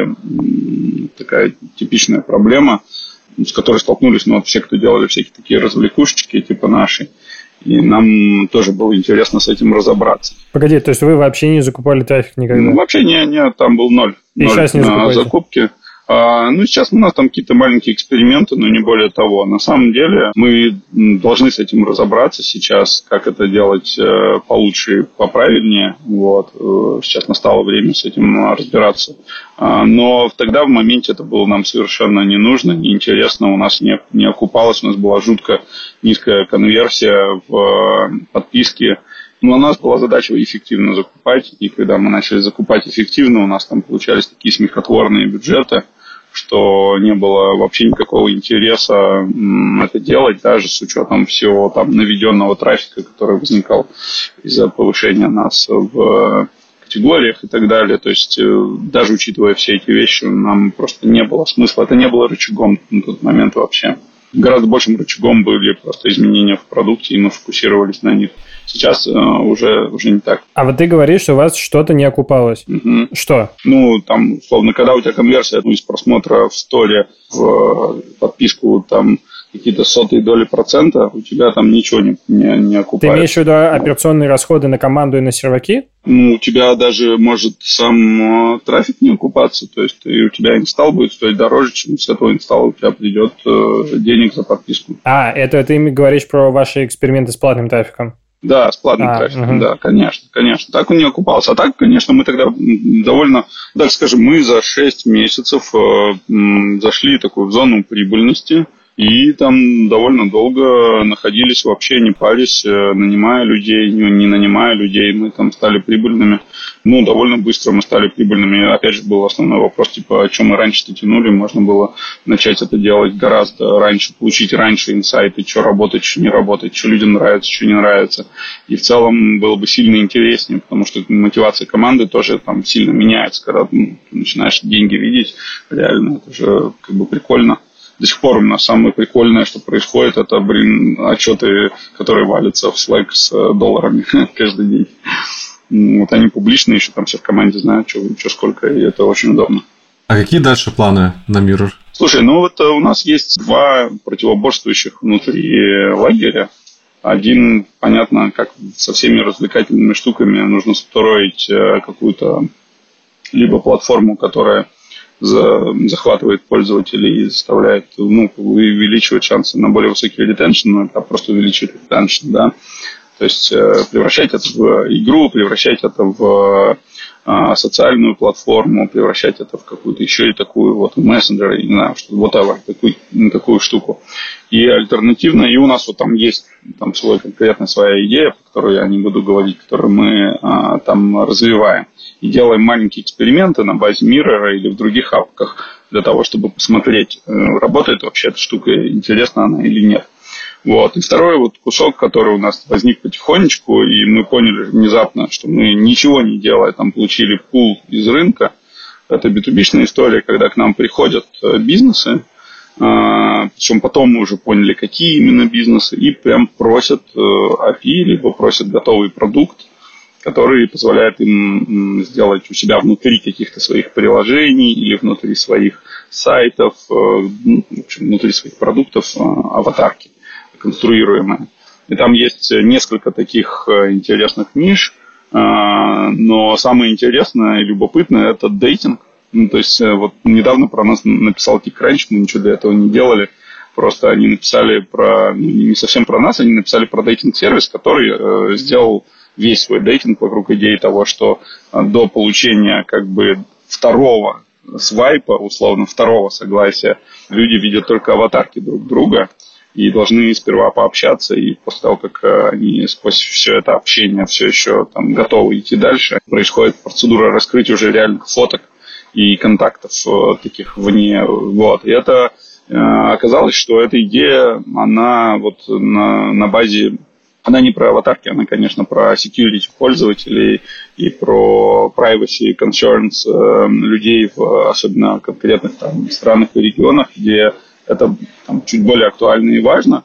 такая типичная проблема, с которой столкнулись ну, вот все, кто делали всякие такие развлекушечки, типа наши. И нам тоже было интересно с этим разобраться. Погоди, то есть вы вообще не закупали трафик никогда? Ну, вообще не, не, там был ноль. И ноль сейчас не закупаете? Закупки. А, ну, сейчас у нас там какие-то маленькие эксперименты, но не более того. На самом деле мы должны с этим разобраться сейчас, как это делать получше и поправильнее. Вот. Сейчас настало время с этим разбираться. А, но тогда в моменте это было нам совершенно не нужно, неинтересно. У нас не, не окупалось, у нас была жутко низкая конверсия в подписке. Но у нас была задача эффективно закупать, и когда мы начали закупать эффективно, у нас там получались такие смехотворные бюджеты, что не было вообще никакого интереса это делать, даже с учетом всего там наведенного трафика, который возникал из-за повышения нас в категориях и так далее. То есть даже учитывая все эти вещи, нам просто не было смысла, это не было рычагом на тот момент вообще. Гораздо большим рычагом были просто изменения в продукте, и мы фокусировались на них. Сейчас э, уже, уже не так. А вот ты говоришь, что у вас что-то не окупалось. Угу. Что? Ну, там, условно, когда у тебя конверсия ну, из просмотра в сторе в подписку там какие-то сотые доли процента, у тебя там ничего не, не, не окупается. Ты имеешь в виду операционные расходы на команду и на серваки? Ну, у тебя даже может сам э, трафик не окупаться, то есть ты, у тебя инсталл будет стоить дороже, чем с этого инсталла у тебя придет э, денег за подписку. А, это ты говоришь про ваши эксперименты с платным трафиком? Да, с платным а, трафиком, угу. Да, конечно, конечно. Так он не окупался. А так, конечно, мы тогда довольно, так скажем, мы за шесть месяцев э, м, зашли такую в зону прибыльности. И там довольно долго находились, вообще не парились, нанимая людей, не нанимая людей. Мы там стали прибыльными Ну, довольно быстро мы стали прибыльными. Опять же, был основной вопрос, типа, о чем мы раньше-то тянули. Можно было начать это делать гораздо раньше, получить раньше инсайты, что работает, что не работает, что людям нравится, что не нравится. И в целом было бы сильно интереснее, потому что мотивация команды тоже там сильно меняется, когда ну, ты начинаешь деньги видеть. Реально, это же как бы прикольно. До сих пор у нас самое прикольное, что происходит, это, блин, отчеты, которые валятся в Slack с долларами каждый день. Вот они публичные, еще там все в команде знают, что, что сколько, и это очень удобно. А какие дальше планы на Mirror? Слушай, ну вот у нас есть два противоборствующих внутри лагеря. Один, понятно, как со всеми развлекательными штуками, нужно строить какую-то либо платформу, которая захватывает пользователей и заставляет, ну, увеличивать шансы на более высокий ретеншн, ну, это просто увеличивает ретеншн, да. То есть превращать это в игру, превращать это в социальную платформу, превращать это в какую-то еще и такую вот мессенджер, не знаю, что whatever, такую, такую штуку. И альтернативно, и у нас вот там есть там свой конкретная своя идея, про которую я не буду говорить, которую мы а, там развиваем. И делаем маленькие эксперименты на базе Mirror или в других апках для того, чтобы посмотреть, работает вообще эта штука, интересна она или нет. Вот. И второй вот кусок, который у нас возник потихонечку, и мы поняли внезапно, что мы ничего не делая, там получили пул из рынка. Это би ту би-шная история, когда к нам приходят бизнесы, причем потом мы уже поняли, какие именно бизнесы, и прям просят эй пи ай, либо просят готовый продукт, который позволяет им сделать у себя внутри каких-то своих приложений или внутри своих сайтов, в общем, внутри своих продуктов аватарки конструируемые. И там есть несколько таких интересных ниш, но самое интересное и любопытное – это дейтинг. Ну, то есть вот недавно про нас написал TechCrunch, мы ничего для этого не делали, просто они написали про, ну, не совсем про нас, они написали про дейтинг-сервис, который э, сделал весь свой дейтинг вокруг идеи того, что до получения как бы второго свайпа, условно второго согласия, люди видят только аватарки друг друга и должны сперва пообщаться, и после того, как они сквозь все это общение все еще там готовы идти дальше, происходит процедура раскрытия уже реальных фоток и контактов таких вне. Вот. И это э, оказалось, что эта идея, она вот на, на базе, она не про аватарки, она, конечно, про security пользователей и про privacy concerns э, людей, в особенно конкретных там, странах и регионах, где это там, чуть более актуально и важно.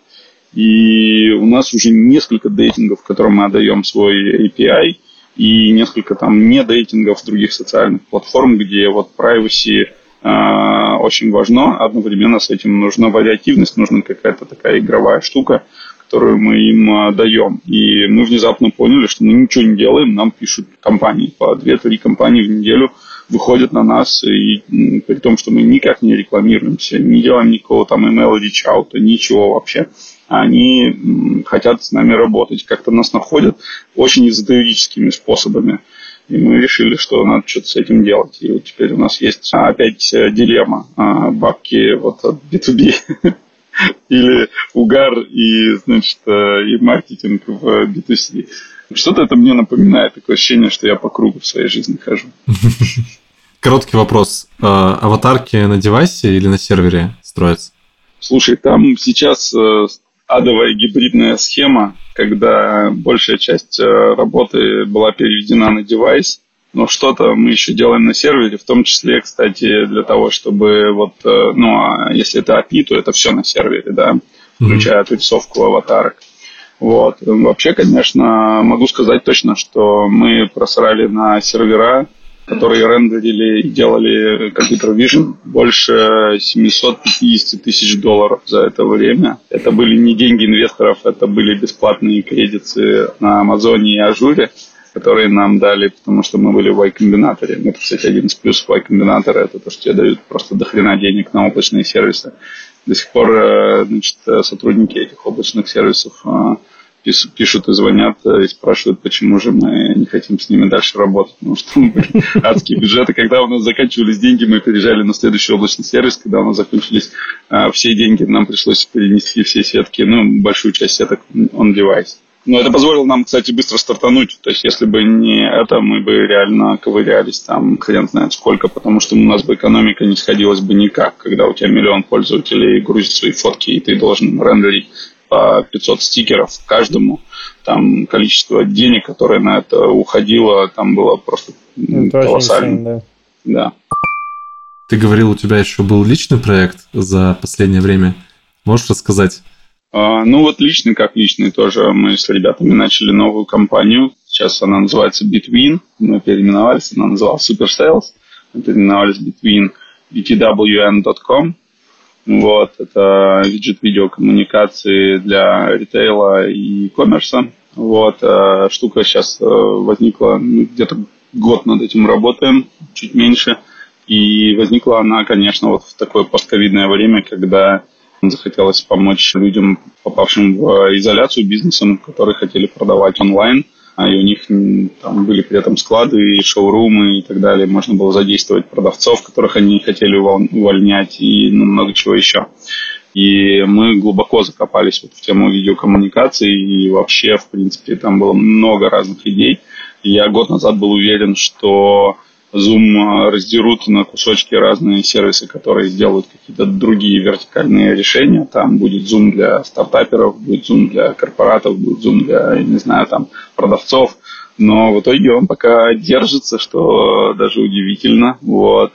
И у нас уже несколько дейтингов, которым мы отдаем свой эй пи ай, и несколько там не дейтингов других социальных платформ, где вот privacy э, очень важно. Одновременно с этим нужна вариативность, нужна какая-то такая игровая штука, которую мы им даем. И мы внезапно поняли, что мы ничего не делаем, нам пишут компании, по две-три компании в неделю выходят на нас, и при том, что мы никак не рекламируемся, не делаем никакого там email reach out, ничего вообще. Они хотят с нами работать, как-то нас находят очень эзотерическими способами. И мы решили, что надо что-то с этим делать. И вот теперь у нас есть опять дилемма. Бабки вот от би ту би или угар и, значит, и маркетинг в би ту си. Что-то это мне напоминает. Такое ощущение, что я по кругу в своей жизни хожу. Короткий вопрос. Аватарки на девайсе или на сервере строятся? Слушай, там сейчас адовая гибридная схема, когда большая часть работы была переведена на девайс, но что-то мы еще делаем на сервере, в том числе, кстати, для того, чтобы вот, ну, если это эй пи ай, то это все на сервере, да, включая отрисовку аватарок. Вот. Вообще, конечно, могу сказать точно, что мы просрали на сервера, которые рендерили и делали компьютер Vision, больше семьсот пятьдесят тысяч долларов за это время. Это были не деньги инвесторов, это были бесплатные кредиты на Амазоне и Ажуре, которые нам дали, потому что мы были в Y-комбинаторе. Это, кстати, один из плюсов Y-комбинатора, это то, что тебе дают просто дохрена денег на облачные сервисы. До сих пор, значит, сотрудники этих облачных сервисов пишут и звонят и спрашивают, почему же мы не хотим с ними дальше работать. Потому что блин, адские бюджеты. Когда у нас заканчивались деньги, мы переезжали на следующий облачный сервис. Когда у нас закончились а, все деньги, нам пришлось перенести все сетки, ну, большую часть сеток on-device. Но это позволило нам, кстати, быстро стартануть. То есть, если бы не это, мы бы реально ковырялись там хрен знает сколько, потому что у нас бы экономика не сходилась бы никак, когда у тебя миллион пользователей грузит свои фотки, и ты должен рендерить по пятьсот стикеров каждому. Там количество денег, которое на это уходило, там было просто это колоссально. Да. да. Ты говорил, у тебя еще был личный проект за последнее время. Можешь рассказать? Uh, ну вот личный, как личный тоже. Мы с ребятами начали новую компанию. Сейчас она называется Between. Мы переименовались. Она называлась Super Sales. Мы переименовались Between би ти дабл ю эн точка ком. Вот. Это виджет видеокоммуникации для ритейла и коммерса. Вот. Uh, штука сейчас uh, возникла. Мы где-то год над этим работаем. Чуть меньше. И возникла она, конечно, вот в такое постковидное время, когда захотелось помочь людям, попавшим в изоляцию, бизнесам, которые хотели продавать онлайн, а и у них там были при этом склады и шоурумы и так далее. Можно было задействовать продавцов, которых они хотели увольнять, и ну, много чего еще. И мы глубоко закопались вот в тему видеокоммуникации, и вообще, в принципе, там было много разных идей. И я год назад был уверен, что Zoom раздерут на кусочки разные сервисы, которые делают какие-то другие вертикальные решения. Там будет Zoom для стартаперов, будет Zoom для корпоратов, будет Zoom для, я не знаю, там, продавцов. Но в итоге он пока держится, что даже удивительно. Вот.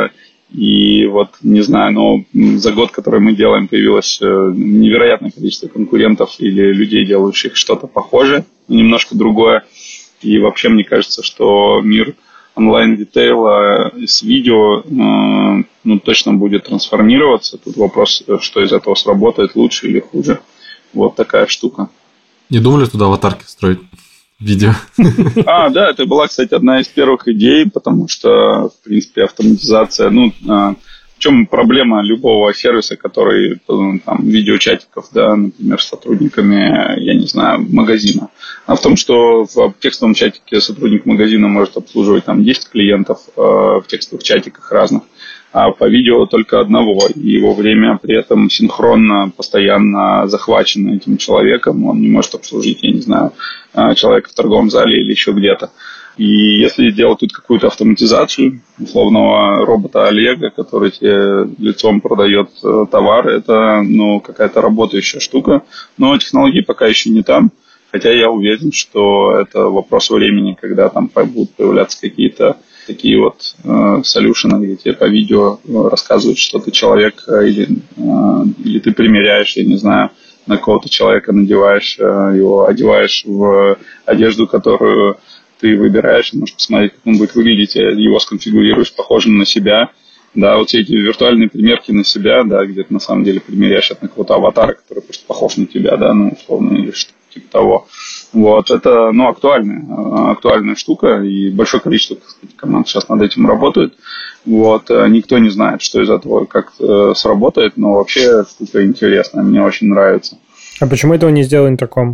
И вот, не знаю, но за год, который мы делаем, появилось невероятное количество конкурентов или людей, делающих что-то похожее, немножко другое. И вообще мне кажется, что мир онлайн-ритейла с видео э, ну, точно будет трансформироваться. Тут вопрос, что из этого сработает, лучше или хуже. Вот такая штука. Не думали туда аватарки строить? Видео. А, да, это была, кстати, одна из первых идей, потому что, в принципе, автоматизация... Ну, э, в чем проблема любого сервиса, который, там, видеочатиков, да, например, с сотрудниками, я не знаю, магазина. А в том, что в текстовом чатике сотрудник магазина может обслуживать там десять клиентов э, в текстовых чатиках разных, а по видео только одного. И его время при этом синхронно, постоянно захвачено этим человеком. Он не может обслужить, я не знаю, человека в торговом зале или еще где-то. И если делать тут какую-то автоматизацию условного робота Олега, который тебе лицом продает товар, это ну, какая-то работающая штука. Но технологии пока еще не там. Хотя я уверен, что это вопрос времени, когда там будут появляться какие-то такие вот э, солюшены, где тебе по видео рассказывают, что ты человек, или, э, или ты примеряешь, я не знаю, на какого-то человека надеваешь э, его, одеваешь в одежду, которую ты выбираешь, можешь посмотреть, как он будет выглядеть, его сконфигурируешь похожим на себя. Да, вот все эти виртуальные примерки на себя, да, где ты на самом деле примеряешь от какого-то аватара, который просто похож на тебя, да, ну, условно, или что-то типа того. Вот, это, ну, актуальная, актуальная штука, и большое количество, так сказать, команд сейчас над этим работают. Вот, никто не знает, что из этого как сработает, но вообще штука интересная, мне очень нравится. А почему этого не сделал Интерком?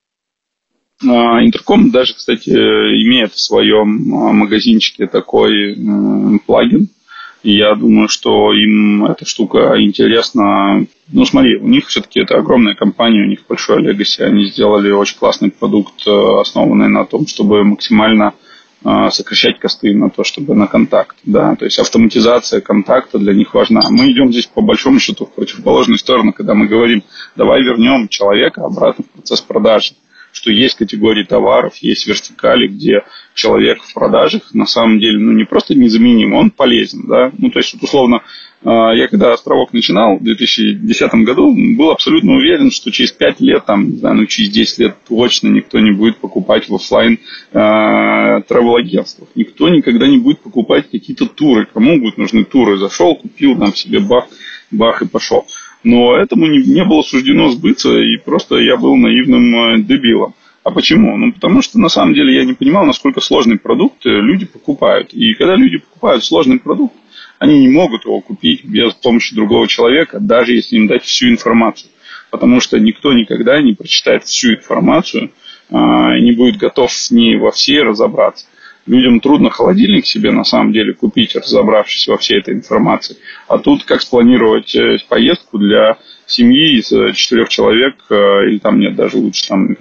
Интерком даже, кстати, имеет в своем магазинчике такой плагин. И я думаю, что им эта штука интересна. Ну, смотри, у них все-таки это огромная компания, у них большое легаси. Они сделали очень классный продукт, основанный на том, чтобы максимально сокращать косты на то, чтобы на контакт. Да? То есть автоматизация контакта для них важна. Мы идем здесь по большому счету в противоположную сторону, когда мы говорим, давай вернем человека обратно в процесс продажи. Что есть категории товаров, есть вертикали, где человек в продажах на самом деле ну, не просто незаменим, он полезен. Да? Ну, то есть, вот, условно, я когда Островок начинал в две тысячи десятом году, был абсолютно уверен, что через пять лет, там, не знаю, ну, через десять лет точно никто не будет покупать в офлайн тревел-агентствах. Никто никогда не будет покупать какие-то туры. Кому будут нужны туры? Зашел, купил там себе бах, бах и пошел. Но этому не, не было суждено сбыться, и просто я был наивным дебилом. А почему? Ну, потому что, на самом деле, я не понимал, насколько сложный продукт люди покупают. И когда люди покупают сложный продукт, они не могут его купить без помощи другого человека, даже если им дать всю информацию. Потому что никто никогда не прочитает всю информацию и не будет готов с ней во всей разобраться. Людям трудно холодильник себе на самом деле купить, разобравшись во всей этой информации. А тут как спланировать поездку для семьи из четырех человек, или там нет, даже лучше, там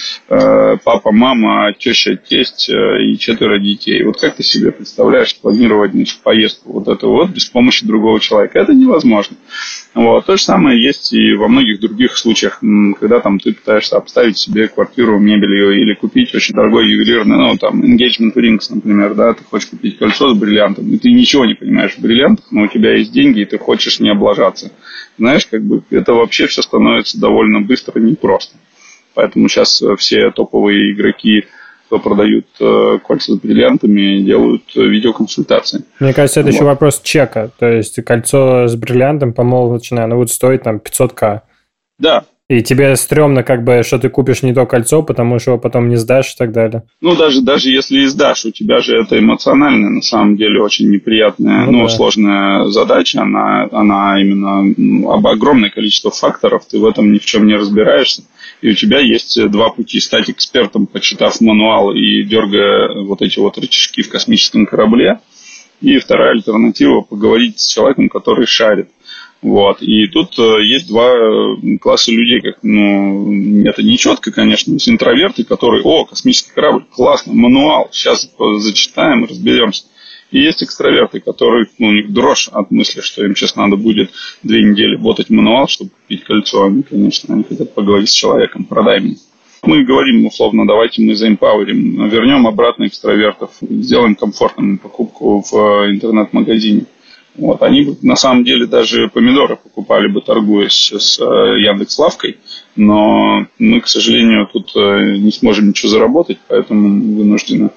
папа, мама, теща, тесть и четверо детей. Вот как ты себе представляешь планировать, значит, поездку вот эту вот без помощи другого человека? Это невозможно. Вот. То же самое есть и во многих других случаях, когда там ты пытаешься обставить себе квартиру мебелью или купить очень дорогой ювелирный, ну, там, engagement rings, например, да, ты хочешь купить кольцо с бриллиантом, и ты ничего не понимаешь в бриллиантах, но у тебя есть деньги, и ты хочешь не облажаться. Знаешь, как бы это вообще все становится довольно быстро и непросто. Поэтому сейчас все топовые игроки, кто продают э, кольца с бриллиантами, делают видеоконсультации. Мне кажется, это вот. еще вопрос чека. То есть кольцо с бриллиантом, помолвочное, оно будет стоить там пятьсот тысяч. Да. И тебе стрёмно, как бы, что ты купишь не то кольцо, потому что его потом не сдашь и так далее. Ну, даже, даже если и сдашь, у тебя же это эмоционально, на самом деле, очень неприятная, ну, ну да. сложная задача. Она, она именно об огромное количество факторов, ты в этом ни в чем не разбираешься. И у тебя есть два пути: стать экспертом, почитав мануал и дергая вот эти вот рычажки в космическом корабле. И вторая альтернатива – поговорить с человеком, который шарит. Вот. И тут есть два класса людей, как, ну, это не четко, конечно, есть интроверты, которые: о, космический корабль, классно, мануал, сейчас зачитаем, разберемся. И есть экстраверты, которые, ну, у них дрожь от мысли, что им сейчас надо будет две недели ботать мануал, чтобы купить кольцо. Они, конечно, они хотят поговорить с человеком, продай мне. Мы говорим, условно, давайте мы заэмпаверим, вернем обратно экстравертов, сделаем комфортную покупку в интернет-магазине. Вот. Они бы, на самом деле, даже помидоры покупали бы, торгуясь с Яндекс.Лавкой, но мы, к сожалению, тут не сможем ничего заработать, поэтому вынуждены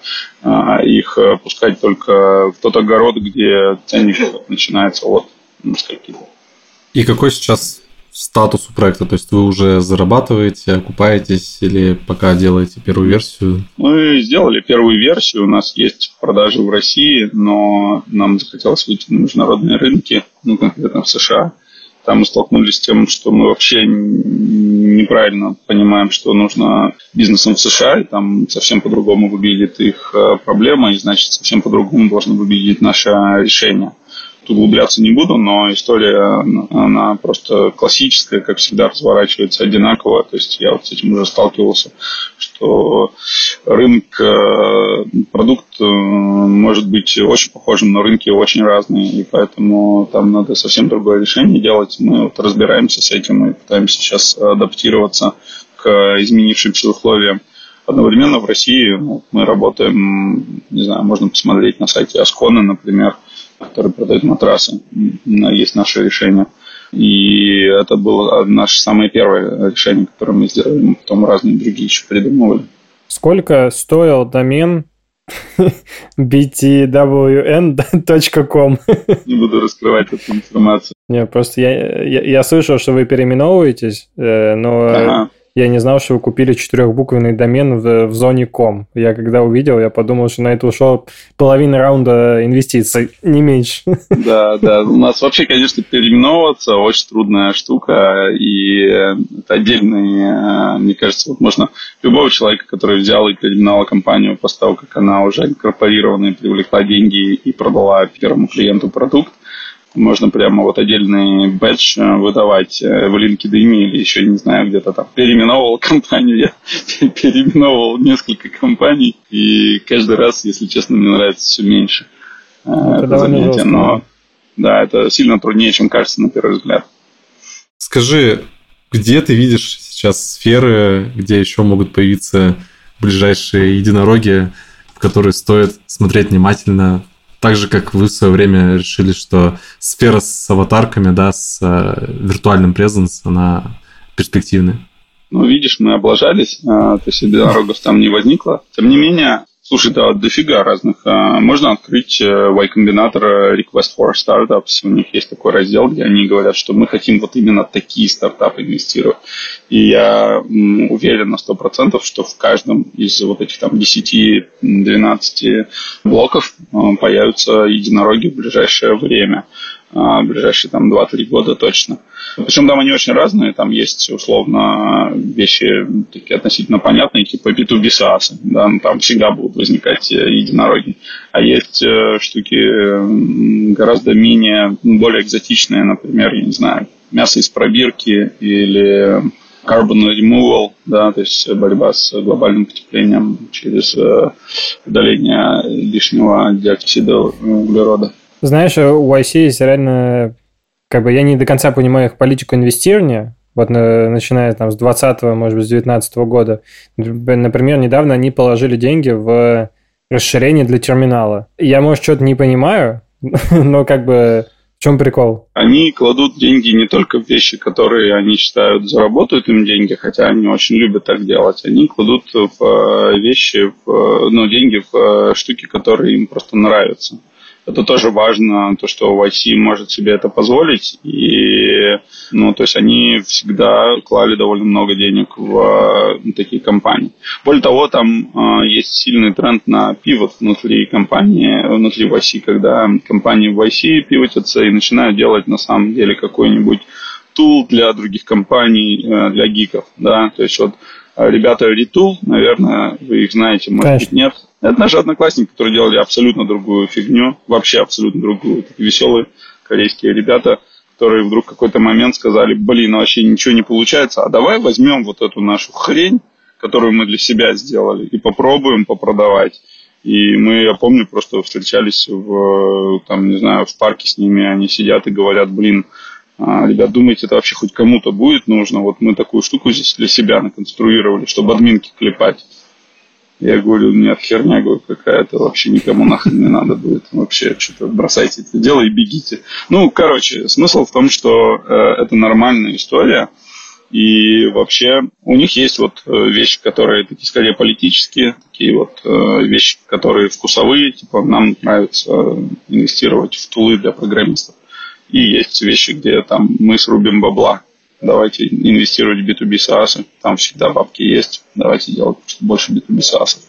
их пускать только в тот огород, где ценник начинается от скольки-то. И какой сейчас статус у проекта? То есть вы уже зарабатываете, окупаетесь или пока делаете первую версию? Мы сделали первую версию, у нас есть продажи в России, но нам захотелось выйти на международные рынки, ну, конкретно в США. Там мы столкнулись с тем, что мы вообще неправильно понимаем, что нужно бизнесом в США, и там совсем по-другому выглядит их проблема, и, значит, совсем по-другому должно выглядеть наше решение. Тут углубляться не буду, но история, она просто классическая, как всегда, разворачивается одинаково. То есть я вот с этим уже сталкивался, что рынок, продукт может быть очень похожим, но рынки очень разные, и поэтому там надо совсем другое решение делать. Мы вот разбираемся с этим и пытаемся сейчас адаптироваться к изменившимся условиям. Одновременно в России ну, мы работаем, не знаю, можно посмотреть на сайте Ascona, например, который продает матрасы. Есть наше решение. И это было наше самое первое решение, которое мы сделали. Мы потом разные другие еще придумывали. Сколько стоил домен би ти дабл ю эн точка ком? Не буду раскрывать эту информацию. Не, просто я, я, я слышал, что вы переименовываетесь, но... Ага. Я не знал, что вы купили четырехбуквенный домен в, в зоне ком. Я когда увидел, я подумал, что на это ушло половина раунда инвестиций, не меньше. Да, да. У нас вообще, конечно, переименовываться очень трудная штука. И это отдельный, мне кажется, вот можно любого человека, который взял и переименовал компанию после того, как она уже инкорпорирована и привлекла деньги и продала первому клиенту продукт, можно прямо вот отдельный бэдж выдавать в LinkedIn или еще, не знаю, где-то там. Переименовывал компанию, я переименовывал несколько компаний, и каждый раз, если честно, мне нравится все меньше это, это занятие. Но да, это сильно труднее, чем кажется на первый взгляд. Скажи, где ты видишь сейчас сферы, где еще могут появиться ближайшие единороги, в которые стоит смотреть внимательно? Так же, как вы в свое время решили, что сфера с аватарками, да, с э, виртуальным презенс, она перспективная. Ну, видишь, мы облажались, э, то есть единорогов там не возникло. Тем не менее, слушай, да, дофига разных. Э, можно открыть э, Y-комбинатор Request for Startups. У них есть такой раздел, где они говорят, что мы хотим вот именно такие стартапы инвестировать. И я м, уверен на сто процентов, что в каждом из вот этих там десяти-двенадцати блоков э, появятся единороги в ближайшее время. в ближайшие там два-три года точно. Причем там они очень разные, там есть условно вещи такие относительно понятные, типа би ту би SaaS, да, там всегда будут возникать единороги. А есть штуки гораздо менее, более экзотичные, например, я не знаю, мясо из пробирки или carbon removal, да, то есть борьба с глобальным потеплением через удаление лишнего диоксида углерода. Знаешь, у уай си есть реально, как бы я не до конца понимаю их политику инвестирования, вот начиная там с двадцатого, может быть, с девятнадцатого года. Например, недавно они положили деньги в расширение для терминала. Я, может, что-то не понимаю, но как бы в чем прикол? Они кладут деньги не только в вещи, которые они считают заработают им деньги, хотя они очень любят так делать. Они кладут в вещи, в, ну, деньги в штуки, которые им просто нравятся. Это тоже важно, то, что уай си может себе это позволить. И, ну, то есть они всегда клали довольно много денег в ну, такие компании. Более того, там э, есть сильный тренд на пивот внутри компании, внутри уай си, когда компании уай си пивотятся и начинают делать на самом деле какой-нибудь тул для других компаний, э, для гиков. Да? То есть вот ребята Retool, наверное, вы их знаете, может Конечно. быть, нет. Это наши одноклассники, которые делали абсолютно другую фигню, вообще абсолютно другую. Такие веселые корейские ребята, которые вдруг в какой-то момент сказали, блин, вообще ничего не получается, а давай возьмем вот эту нашу хрень, которую мы для себя сделали, и попробуем попродавать. И мы, я помню, просто встречались в, там, не знаю, в парке с ними, они сидят и говорят, блин, ребят, думаете, это вообще хоть кому-то будет нужно? Вот мы такую штуку здесь для себя наконструировали, чтобы админки клепать. Я говорю, нет, херня, говорю, какая-то, вообще никому нахрен не надо будет. Вообще, что-то бросайте это дело и бегите. Ну, короче, смысл в том, что э, это нормальная история. И вообще у них есть вот вещи, которые такие скорее политические, такие вот э, вещи, которые вкусовые, типа нам нравится инвестировать в тулы для программистов. И есть вещи, где там мы срубим бабла. Давайте инвестировать в би ту би SaaS. Там всегда бабки есть. Давайте делать больше би ту би SaaS.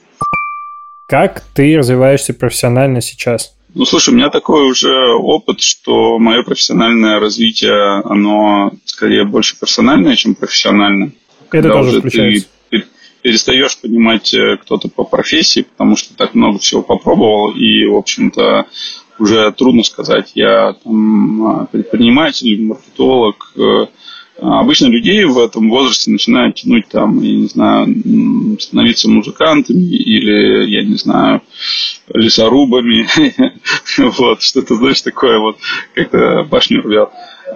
Как ты развиваешься профессионально сейчас? Ну, слушай, у меня такой уже опыт, что мое профессиональное развитие, оно скорее больше персональное, чем профессиональное. Это Когда тоже включается. Ты перестаешь понимать, кто ты по профессии, потому что так много всего попробовал. И, в общем-то, уже трудно сказать, я там предприниматель, маркетолог. Обычно людей в этом возрасте начинают тянуть там, я не знаю, становиться музыкантами или, я не знаю, лесорубами. Вот, что-то, знаешь, такое вот, как-то башню рвет.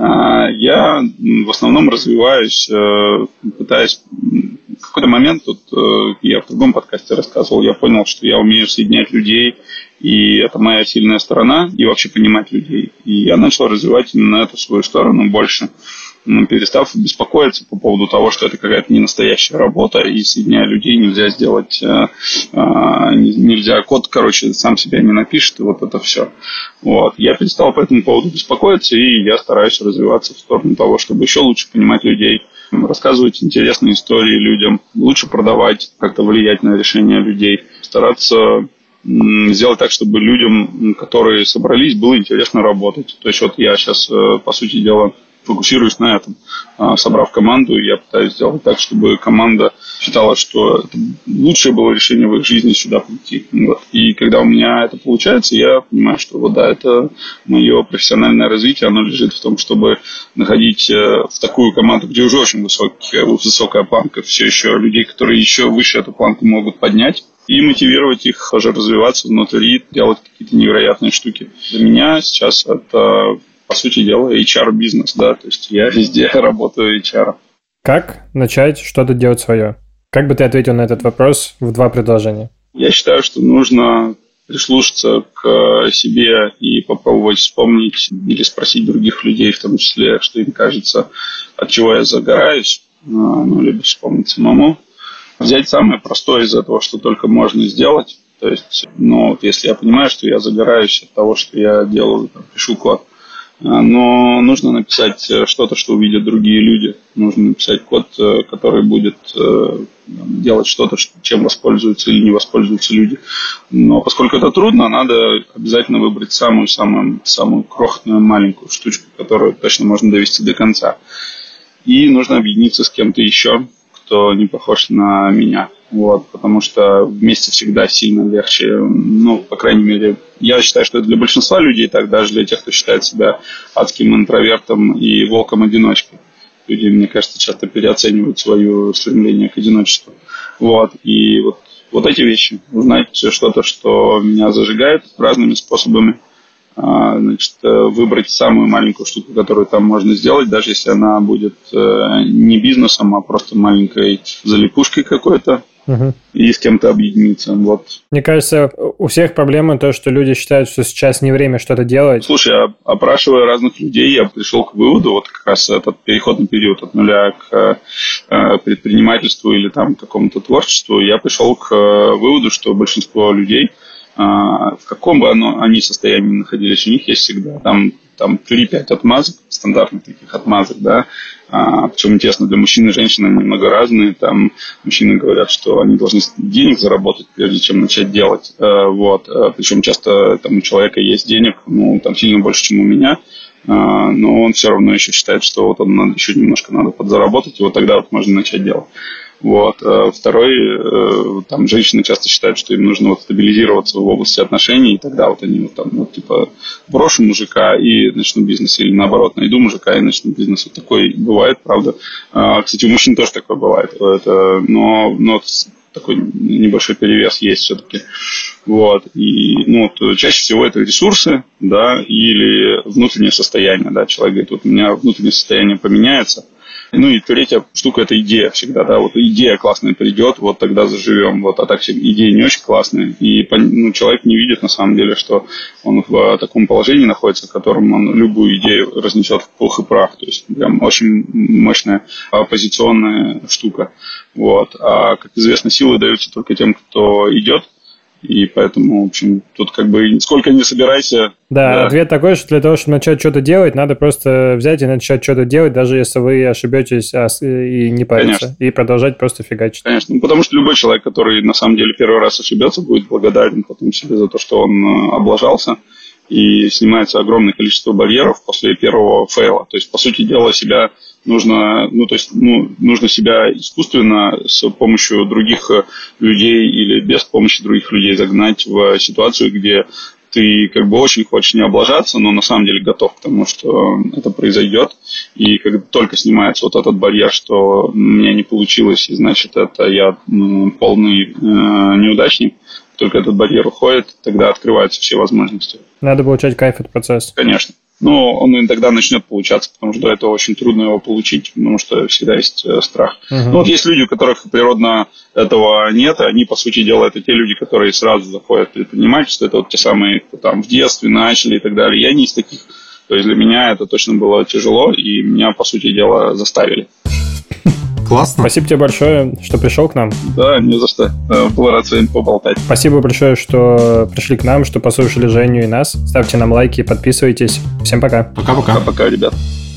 Я в основном развиваюсь, пытаюсь... В какой-то момент, тут я в другом подкасте рассказывал, я понял, что я умею соединять людей, и это моя сильная сторона, и вообще понимать людей. И я начал развивать именно эту свою сторону больше, перестав беспокоиться по поводу того, что это какая-то не настоящая работа, и соединяя людей нельзя сделать, нельзя, код, короче, сам себя не напишет, и вот это все. Вот. Я перестал по этому поводу беспокоиться, и я стараюсь развиваться в сторону того, чтобы еще лучше понимать людей, рассказывать интересные истории людям, лучше продавать, как-то влиять на решения людей, стараться сделать так, чтобы людям, которые собрались, было интересно работать. То есть вот я сейчас, по сути дела, фокусируюсь на этом. Собрав команду, я пытаюсь сделать так, чтобы команда считала, что это лучшее было решение в их жизни сюда прийти. Вот. И когда у меня это получается, я понимаю, что вот да, это мое профессиональное развитие, оно лежит в том, чтобы находить в такую команду, где уже очень высокая, высокая планка, все еще людей, которые еще выше эту планку могут поднять, и мотивировать их тоже развиваться внутри, делать какие-то невероятные штуки. Для меня сейчас это, по сути дела, эйч ар-бизнес, да, то есть я везде работаю эйч ар. Как начать что-то делать свое? Как бы ты ответил на этот вопрос в два предложения? Я считаю, что нужно прислушаться к себе и попробовать вспомнить или спросить других людей, в том числе, что им кажется, от чего я загораюсь, ну, либо вспомнить самому. Взять самое простое из этого, что только можно сделать. То есть, ну, вот если я понимаю, что я загораюсь от того, что я делаю, там, пишу код, но нужно написать что-то, что увидят другие люди. Нужно написать код, который будет там, делать что-то, чем воспользуются или не воспользуются люди. Но поскольку это трудно, надо обязательно выбрать самую-самую самую крохотную маленькую штучку, которую точно можно довести до конца. И нужно объединиться с кем-то еще, кто не похож на меня. Вот, потому что вместе всегда сильно легче. Ну, по крайней мере, я считаю, что это для большинства людей так, даже для тех, кто считает себя адским интровертом и волком-одиночкой. Люди, мне кажется, часто переоценивают свое стремление к одиночеству. Вот, и вот, вот эти вещи. Узнать что-то, что меня зажигает разными способами. Значит, выбрать самую маленькую штуку, которую там можно сделать, даже если она будет не бизнесом, а просто маленькой залипушкой какой-то, угу. И с кем-то объединиться. Вот. Мне кажется, у всех проблема то, что люди считают, что сейчас не время что-то делать. Слушай, я, опрашивая разных людей, я пришел к выводу, вот как раз этот переходный период от нуля к предпринимательству или там, к какому-то творчеству, я пришел к выводу, что большинство людей, в каком бы оно, они состоянии находились, у них есть всегда там, там три-пять отмазок, стандартных таких отмазок, да, а, причем, интересно, для мужчин и женщин они немного разные, там мужчины говорят, что они должны денег заработать, прежде чем начать делать, а, вот, а, причем часто там у человека есть денег, ну, там сильно больше, чем у меня, а, но он все равно еще считает, что вот он надо, еще немножко надо подзаработать, и вот тогда вот можно начать делать. Вот. Второй, там женщины часто считают, что им нужно вот стабилизироваться в области отношений, и тогда вот они вот там, вот, типа, брошу мужика и начну бизнес, или наоборот, найду мужика и начну бизнес. Вот такой бывает, правда. Кстати, у мужчин тоже такое бывает, это, но, но такой небольшой перевес есть все-таки. Вот. И, ну, вот, чаще всего это ресурсы, да, или внутреннее состояние, да. Человек говорит, вот у меня внутреннее состояние поменяется. Ну и третья штука – это идея всегда, да, вот идея классная придет, вот тогда заживем, вот, а так все идеи не очень классные, и ну, человек не видит на самом деле, что он в таком положении находится, в котором он любую идею разнесет в пух и прах, то есть прям очень мощная оппозиционная штука, вот, а, как известно, силы даются только тем, кто идет. И поэтому, в общем, тут как бы сколько не собирайся. Да, да, ответ такой, что для того, чтобы начать что-то делать, надо просто взять и начать что-то делать, даже если вы ошибетесь и не париться. Конечно. И продолжать просто фигачить. Конечно, ну, потому что любой человек, который на самом деле первый раз ошибется, будет благодарен потом себе за то, что он облажался. И снимается огромное количество барьеров после первого фейла. То есть, по сути дела, себя нужно, ну, то есть, ну, нужно себя искусственно с помощью других людей или без помощи других людей загнать в ситуацию, где ты как бы очень хочешь не облажаться, но на самом деле готов к тому, что это произойдет. И как только снимается вот этот барьер, что у меня не получилось, и значит, это я ну, полный э, неудачник, только этот барьер уходит, тогда открываются все возможности. Надо получать кайф от процесса. Конечно. Но он и тогда начнет получаться, потому что до этого очень трудно его получить, потому что всегда есть страх. Uh-huh. Ну, вот есть люди, у которых природно этого нет, и они, по сути дела, это те люди, которые сразу заходят в предпринимательство, это вот те самые, кто там в детстве начали и так далее. Я не из таких. То есть для меня это точно было тяжело, и меня, по сути дела, заставили. Классно. Спасибо тебе большое, что пришел к нам. Да, не за что. Был рад с вами поболтать. Спасибо большое, что пришли к нам, что послушали Женю и нас. Ставьте нам лайки, подписывайтесь. Всем пока. Пока-пока. Пока-пока, ребят.